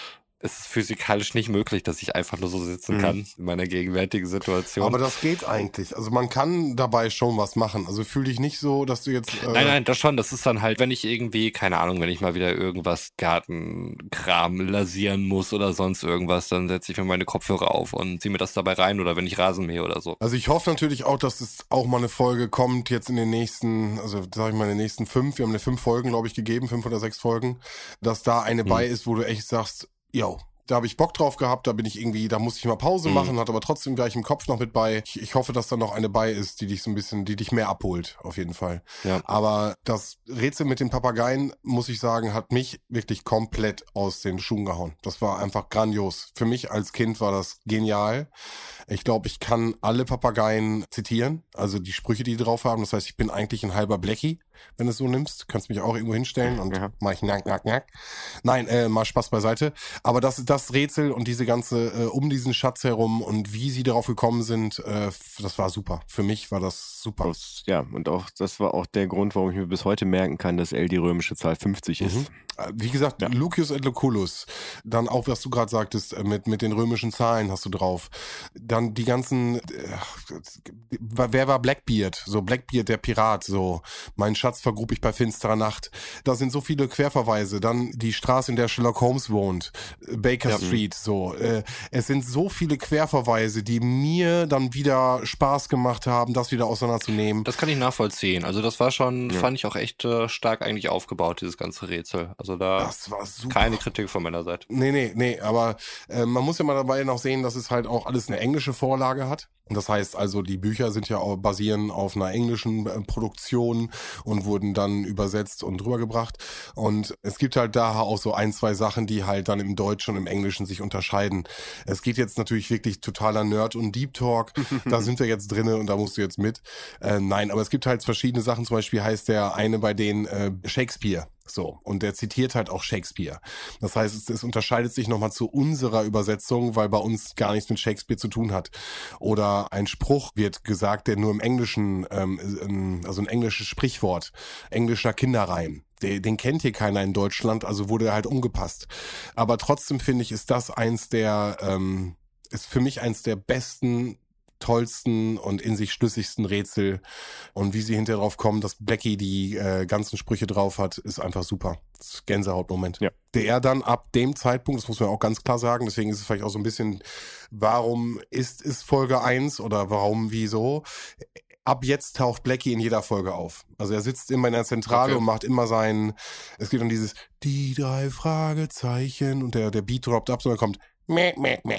S4: es ist physikalisch nicht möglich, dass ich einfach nur so sitzen kann in meiner gegenwärtigen Situation.
S3: Aber das geht eigentlich. Also man kann dabei schon was machen. Also fühl dich nicht so, dass du jetzt...
S4: Nein, das schon. Das ist dann halt, wenn ich irgendwie, keine Ahnung, wenn ich mal wieder irgendwas Gartenkram lasieren muss oder sonst irgendwas, dann setze ich mir meine Kopfhörer auf und ziehe mir das dabei rein oder wenn ich Rasen mähe oder so.
S3: Also ich hoffe natürlich auch, dass es auch mal eine Folge kommt jetzt in den nächsten, also sag ich mal in den nächsten 5, wir haben 5 Folgen, glaube ich, gegeben, 5 oder 6 Folgen, dass da eine bei ist, wo du echt sagst, yo, da habe ich Bock drauf gehabt, da bin ich irgendwie, da musste ich mal Pause machen, hat aber trotzdem gleich im Kopf noch mit bei. Ich hoffe, dass da noch eine bei ist, die dich so ein bisschen, die dich mehr abholt, auf jeden Fall.
S4: Ja.
S3: Aber das Rätsel mit den Papageien, muss ich sagen, hat mich wirklich komplett aus den Schuhen gehauen. Das war einfach grandios. Für mich als Kind war das genial. Ich glaube, ich kann alle Papageien zitieren, also die Sprüche, die drauf haben. Das heißt, ich bin eigentlich ein halber Blackie, wenn du es so nimmst. Kannst mich auch irgendwo hinstellen und mach ich nack, nack, nack. Nein, mal Spaß beiseite. Aber das Rätsel und diese ganze, um diesen Schatz herum und wie sie darauf gekommen sind, das war super. Für mich war das super.
S1: Ja, und auch das war auch der Grund, warum ich mir bis heute merken kann, dass L die römische Zahl 50 ist.
S3: Wie gesagt, ja. Lucius et Lucullus, dann auch, was du gerade sagtest, mit den römischen Zahlen hast du drauf. Dann die ganzen, wer war Blackbeard? So Blackbeard, der Pirat, so mein Schatz vergrub ich bei finsterer Nacht. Da sind so viele Querverweise. Dann die Straße, in der Sherlock Holmes wohnt, Baker Street, so. Es sind so viele Querverweise, die mir dann wieder Spaß gemacht haben, das wieder auseinanderzunehmen.
S4: Das kann ich nachvollziehen. Also das war schon, fand ich auch echt stark eigentlich aufgebaut, dieses ganze Rätsel. Also
S3: das war super.
S4: Keine Kritik von meiner Seite.
S3: Nee, aber man muss ja mal dabei noch sehen, dass es halt auch alles eine englische Vorlage hat. Das heißt also, die Bücher sind ja auch basieren auf einer englischen Produktion und wurden dann übersetzt und rübergebracht. Und es gibt halt da auch so 1, 2 Sachen, die halt dann im Deutschen und im Englischen sich unterscheiden. Es geht jetzt natürlich wirklich totaler Nerd und Deep Talk. Da sind wir jetzt drinne und da musst du jetzt mit. Nein, aber es gibt halt verschiedene Sachen. Zum Beispiel heißt der eine bei denen Shakespeare. So, und der zitiert halt auch Shakespeare. Das heißt, es unterscheidet sich nochmal zu unserer Übersetzung, weil bei uns gar nichts mit Shakespeare zu tun hat. Oder ein Spruch wird gesagt, der nur im Englischen, also ein englisches Sprichwort, englischer Kinderreim. Den kennt hier keiner in Deutschland, also wurde er halt umgepasst. Aber trotzdem finde ich, ist das ist für mich eins der besten, tollsten und in sich schlüssigsten Rätsel. Und wie sie hinterher drauf kommen, dass Blackie die ganzen Sprüche drauf hat, ist einfach super. Das ist Gänsehautmoment. Ja. Der dann ab dem Zeitpunkt, das muss man auch ganz klar sagen, deswegen ist es vielleicht auch so ein bisschen, warum ist Folge 1 oder warum, wieso? Ab jetzt taucht Blackie in jeder Folge auf. Also er sitzt immer in der Zentrale und macht immer es geht um dieses, die 3 Fragezeichen und der Beat droppt ab und dann kommt das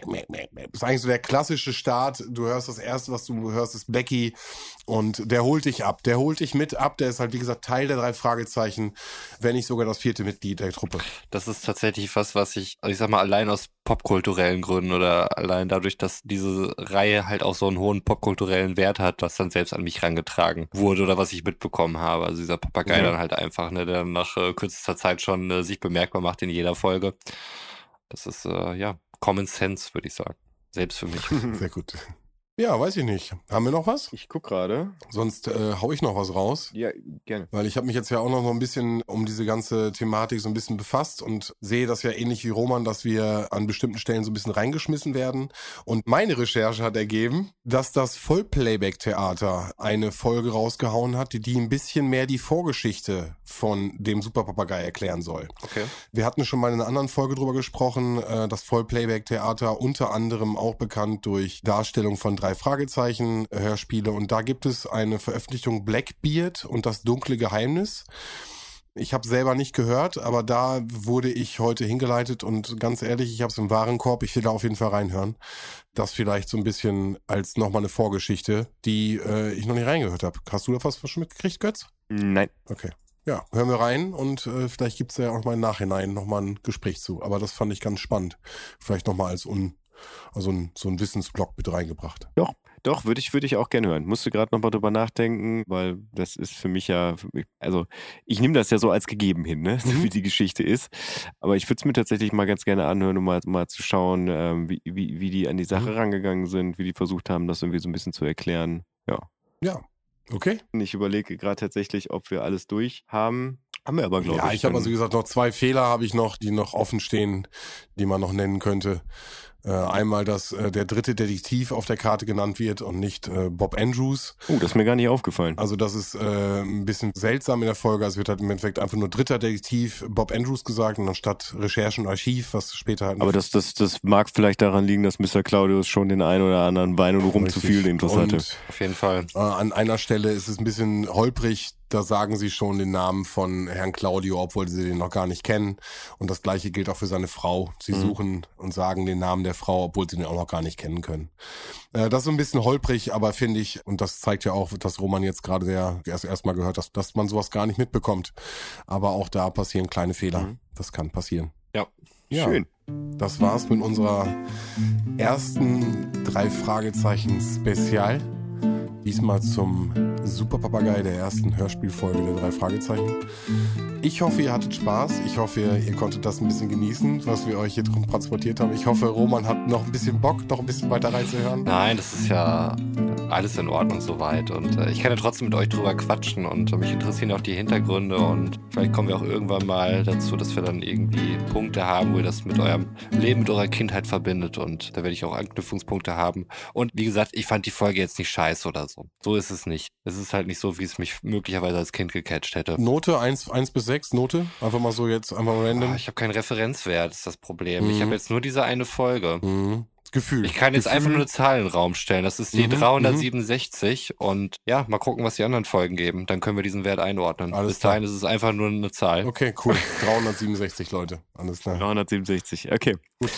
S3: ist eigentlich so der klassische Start. Du hörst das Erste, was du hörst, ist Blackie und der holt dich ab. Der holt dich mit ab. Der ist halt, wie gesagt, Teil der 3 Fragezeichen, wenn nicht sogar das 4. Mitglied der Truppe.
S4: Das ist tatsächlich was ich sag mal, allein aus popkulturellen Gründen oder allein dadurch, dass diese Reihe halt auch so einen hohen popkulturellen Wert hat, was dann selbst an mich rangetragen wurde oder was ich mitbekommen habe. Also dieser Papagei dann halt einfach, ne, der nach kürzester Zeit schon sich bemerkbar macht in jeder Folge. Das ist, Common Sense, würde ich sagen. Selbst für mich.
S3: Sehr gut. Ja, weiß ich nicht. Haben wir noch was?
S1: Ich guck gerade.
S3: Sonst hau ich noch was raus.
S1: Ja, gerne.
S3: Weil ich habe mich jetzt ja auch noch ein bisschen um diese ganze Thematik so ein bisschen befasst und sehe das ja ähnlich wie Roman, dass wir an bestimmten Stellen so ein bisschen reingeschmissen werden. Und meine Recherche hat ergeben, dass das Vollplayback-Theater eine Folge rausgehauen hat, die ein bisschen mehr die Vorgeschichte von dem Superpapagei erklären soll.
S4: Okay.
S3: Wir hatten schon mal in einer anderen Folge drüber gesprochen, das Vollplayback-Theater, unter anderem auch bekannt durch Darstellung von 3 Fragezeichen Hörspiele, und da gibt es eine Veröffentlichung Blackbeard und das dunkle Geheimnis. Ich habe selber nicht gehört, aber da wurde ich heute hingeleitet und ganz ehrlich, ich habe es im Warenkorb, ich will da auf jeden Fall reinhören. Das vielleicht so ein bisschen als nochmal eine Vorgeschichte, die ich noch nicht reingehört habe. Hast du da was schon mitgekriegt, Götz?
S1: Nein.
S3: Okay. Ja, hören wir rein und vielleicht gibt's ja auch mal im Nachhinein nochmal ein Gespräch zu. Aber das fand ich ganz spannend. Vielleicht nochmal als so ein Wissensblock mit reingebracht.
S1: Doch, würde ich auch gerne hören. Musste gerade nochmal drüber nachdenken, weil das ist für mich also ich nehme das ja so als gegeben hin, ne, so wie die Geschichte ist. Aber ich würde es mir tatsächlich mal ganz gerne anhören, um mal zu schauen, wie die an die Sache rangegangen sind, wie die versucht haben, das irgendwie so ein bisschen zu erklären. Ja.
S3: Ja, okay.
S1: Ich überlege gerade tatsächlich, ob wir alles durch haben. Haben wir aber, glaube ich.
S3: Ja, ich habe also wie gesagt noch 2 Fehler habe ich noch, die noch offen stehen, die man noch glaube ich. Ja, ich habe also wie gesagt noch 2 Fehler habe ich noch, die noch offen stehen, die man noch nennen könnte. Einmal, dass der dritte Detektiv auf der Karte genannt wird und nicht Bob Andrews.
S1: Oh, das ist mir gar nicht aufgefallen.
S3: Also das ist ein bisschen seltsam in der Folge. Also wird halt im Endeffekt einfach nur dritter Detektiv Bob Andrews gesagt und anstatt Recherche und Archiv, was später halt...
S1: Aber das mag vielleicht daran liegen, dass Mr. Claudius schon den ein oder anderen Wein und Rum zu viel Intus hatte.
S4: Auf jeden Fall.
S3: An einer Stelle ist es ein bisschen holprig. Da sagen sie schon den Namen von Herrn Claudio, obwohl sie den noch gar nicht kennen. Und das Gleiche gilt auch für seine Frau. Sie suchen und sagen den Namen der Frau, obwohl sie den auch noch gar nicht kennen können. Das ist so ein bisschen holprig, aber finde ich, und das zeigt ja auch, dass Roman jetzt gerade erst mal gehört hat, dass man sowas gar nicht mitbekommt. Aber auch da passieren kleine Fehler. Das kann passieren.
S4: Ja.
S1: Schön.
S3: Das war's mit unserer ersten 3 Fragezeichen Spezial. Diesmal zum Superpapagei der ersten Hörspielfolge der 3 Fragezeichen. Ich hoffe, ihr hattet Spaß. Ich hoffe, ihr konntet das ein bisschen genießen, was wir euch hier drum transportiert haben. Ich hoffe, Roman hat noch ein bisschen Bock, noch ein bisschen weiter reinzuhören.
S4: Nein, das ist ja alles in Ordnung soweit. Und ich kann ja trotzdem mit euch drüber quatschen und mich interessieren auch die Hintergründe. Und vielleicht kommen wir auch irgendwann mal dazu, dass wir dann irgendwie Punkte haben, wo ihr das mit eurem Leben, mit eurer Kindheit verbindet. Und da werde ich auch Anknüpfungspunkte haben. Und wie gesagt, ich fand die Folge jetzt nicht scheiße oder so. So ist es nicht. Es ist halt nicht so, wie es mich möglicherweise als Kind gecatcht hätte.
S3: Note 1 bis 6, Note? Einfach mal so jetzt, einfach random.
S4: Ich habe keinen Referenzwert, ist das Problem. Ich habe jetzt nur diese eine Folge.
S3: Gefühl.
S4: Ich kann jetzt einfach nur eine Zahl in den Raum stellen. Das ist die 367 und ja, mal gucken, was die anderen Folgen geben. Dann können wir diesen Wert einordnen. Bis dahin ist es einfach nur eine Zahl.
S3: Okay, cool. 367 Leute. Alles klar.
S1: 367, okay. Gut.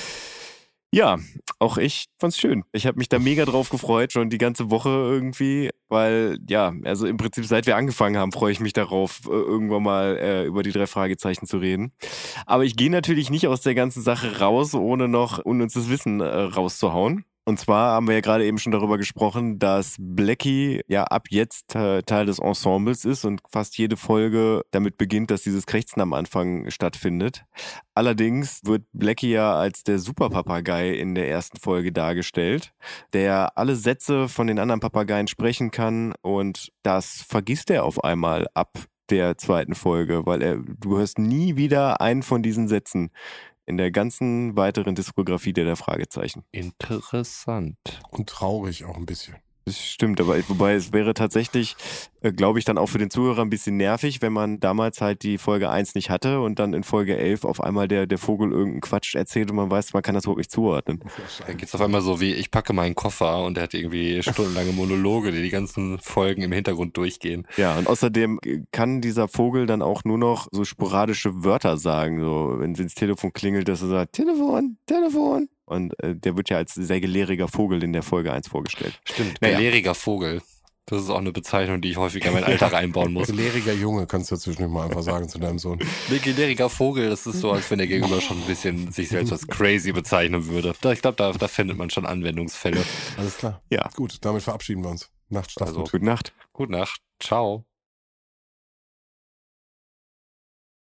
S1: Ja, auch ich fand's schön. Ich habe mich da mega drauf gefreut, schon die ganze Woche irgendwie, weil ja, also im Prinzip seit wir angefangen haben, freue ich mich darauf, irgendwann mal über die 3 Fragezeichen zu reden. Aber ich gehe natürlich nicht aus der ganzen Sache raus, ohne noch unnützes Wissen rauszuhauen. Und zwar haben wir ja gerade eben schon darüber gesprochen, dass Blackie ja ab jetzt Teil des Ensembles ist und fast jede Folge damit beginnt, dass dieses Krächzen am Anfang stattfindet. Allerdings wird Blackie ja als der Superpapagei in der ersten Folge dargestellt, der alle Sätze von den anderen Papageien sprechen kann und das vergisst er auf einmal ab der 2. Folge, weil du hörst nie wieder einen von diesen Sätzen in der ganzen weiteren Diskografie der Fragezeichen.
S4: Interessant.
S3: Und traurig auch ein bisschen.
S1: Das stimmt, aber wobei es wäre tatsächlich, glaube ich, dann auch für den Zuhörer ein bisschen nervig, wenn man damals halt die Folge 1 nicht hatte und dann in Folge 11 auf einmal der Vogel irgendeinen Quatsch erzählt und man weiß, man kann das überhaupt nicht zuordnen.
S4: Da geht's auf einmal so wie, ich packe meinen Koffer und er hat irgendwie stundenlange Monologe, die ganzen Folgen im Hintergrund durchgehen.
S1: Ja, und außerdem kann dieser Vogel dann auch nur noch so sporadische Wörter sagen, so wenn ins Telefon klingelt, dass er sagt, Telefon, Telefon. Und der wird ja als sehr gelehriger Vogel in der Folge 1 vorgestellt.
S4: Stimmt, gelehriger Vogel. Das ist auch eine Bezeichnung, die ich häufiger in mein Alltag einbauen muss.
S3: Gelehriger Junge, kannst du dazwischen mal einfach sagen zu deinem Sohn.
S4: Nee, gelehriger Vogel, das ist so, als wenn der Gegenüber schon ein bisschen sich selbst als crazy bezeichnen würde. Ich glaube, da findet man schon Anwendungsfälle.
S3: Alles klar.
S1: Ja.
S3: Gut, damit verabschieden wir uns. Nacht, Schlaf.
S1: Gute Nacht.
S4: Gute Nacht. Ciao.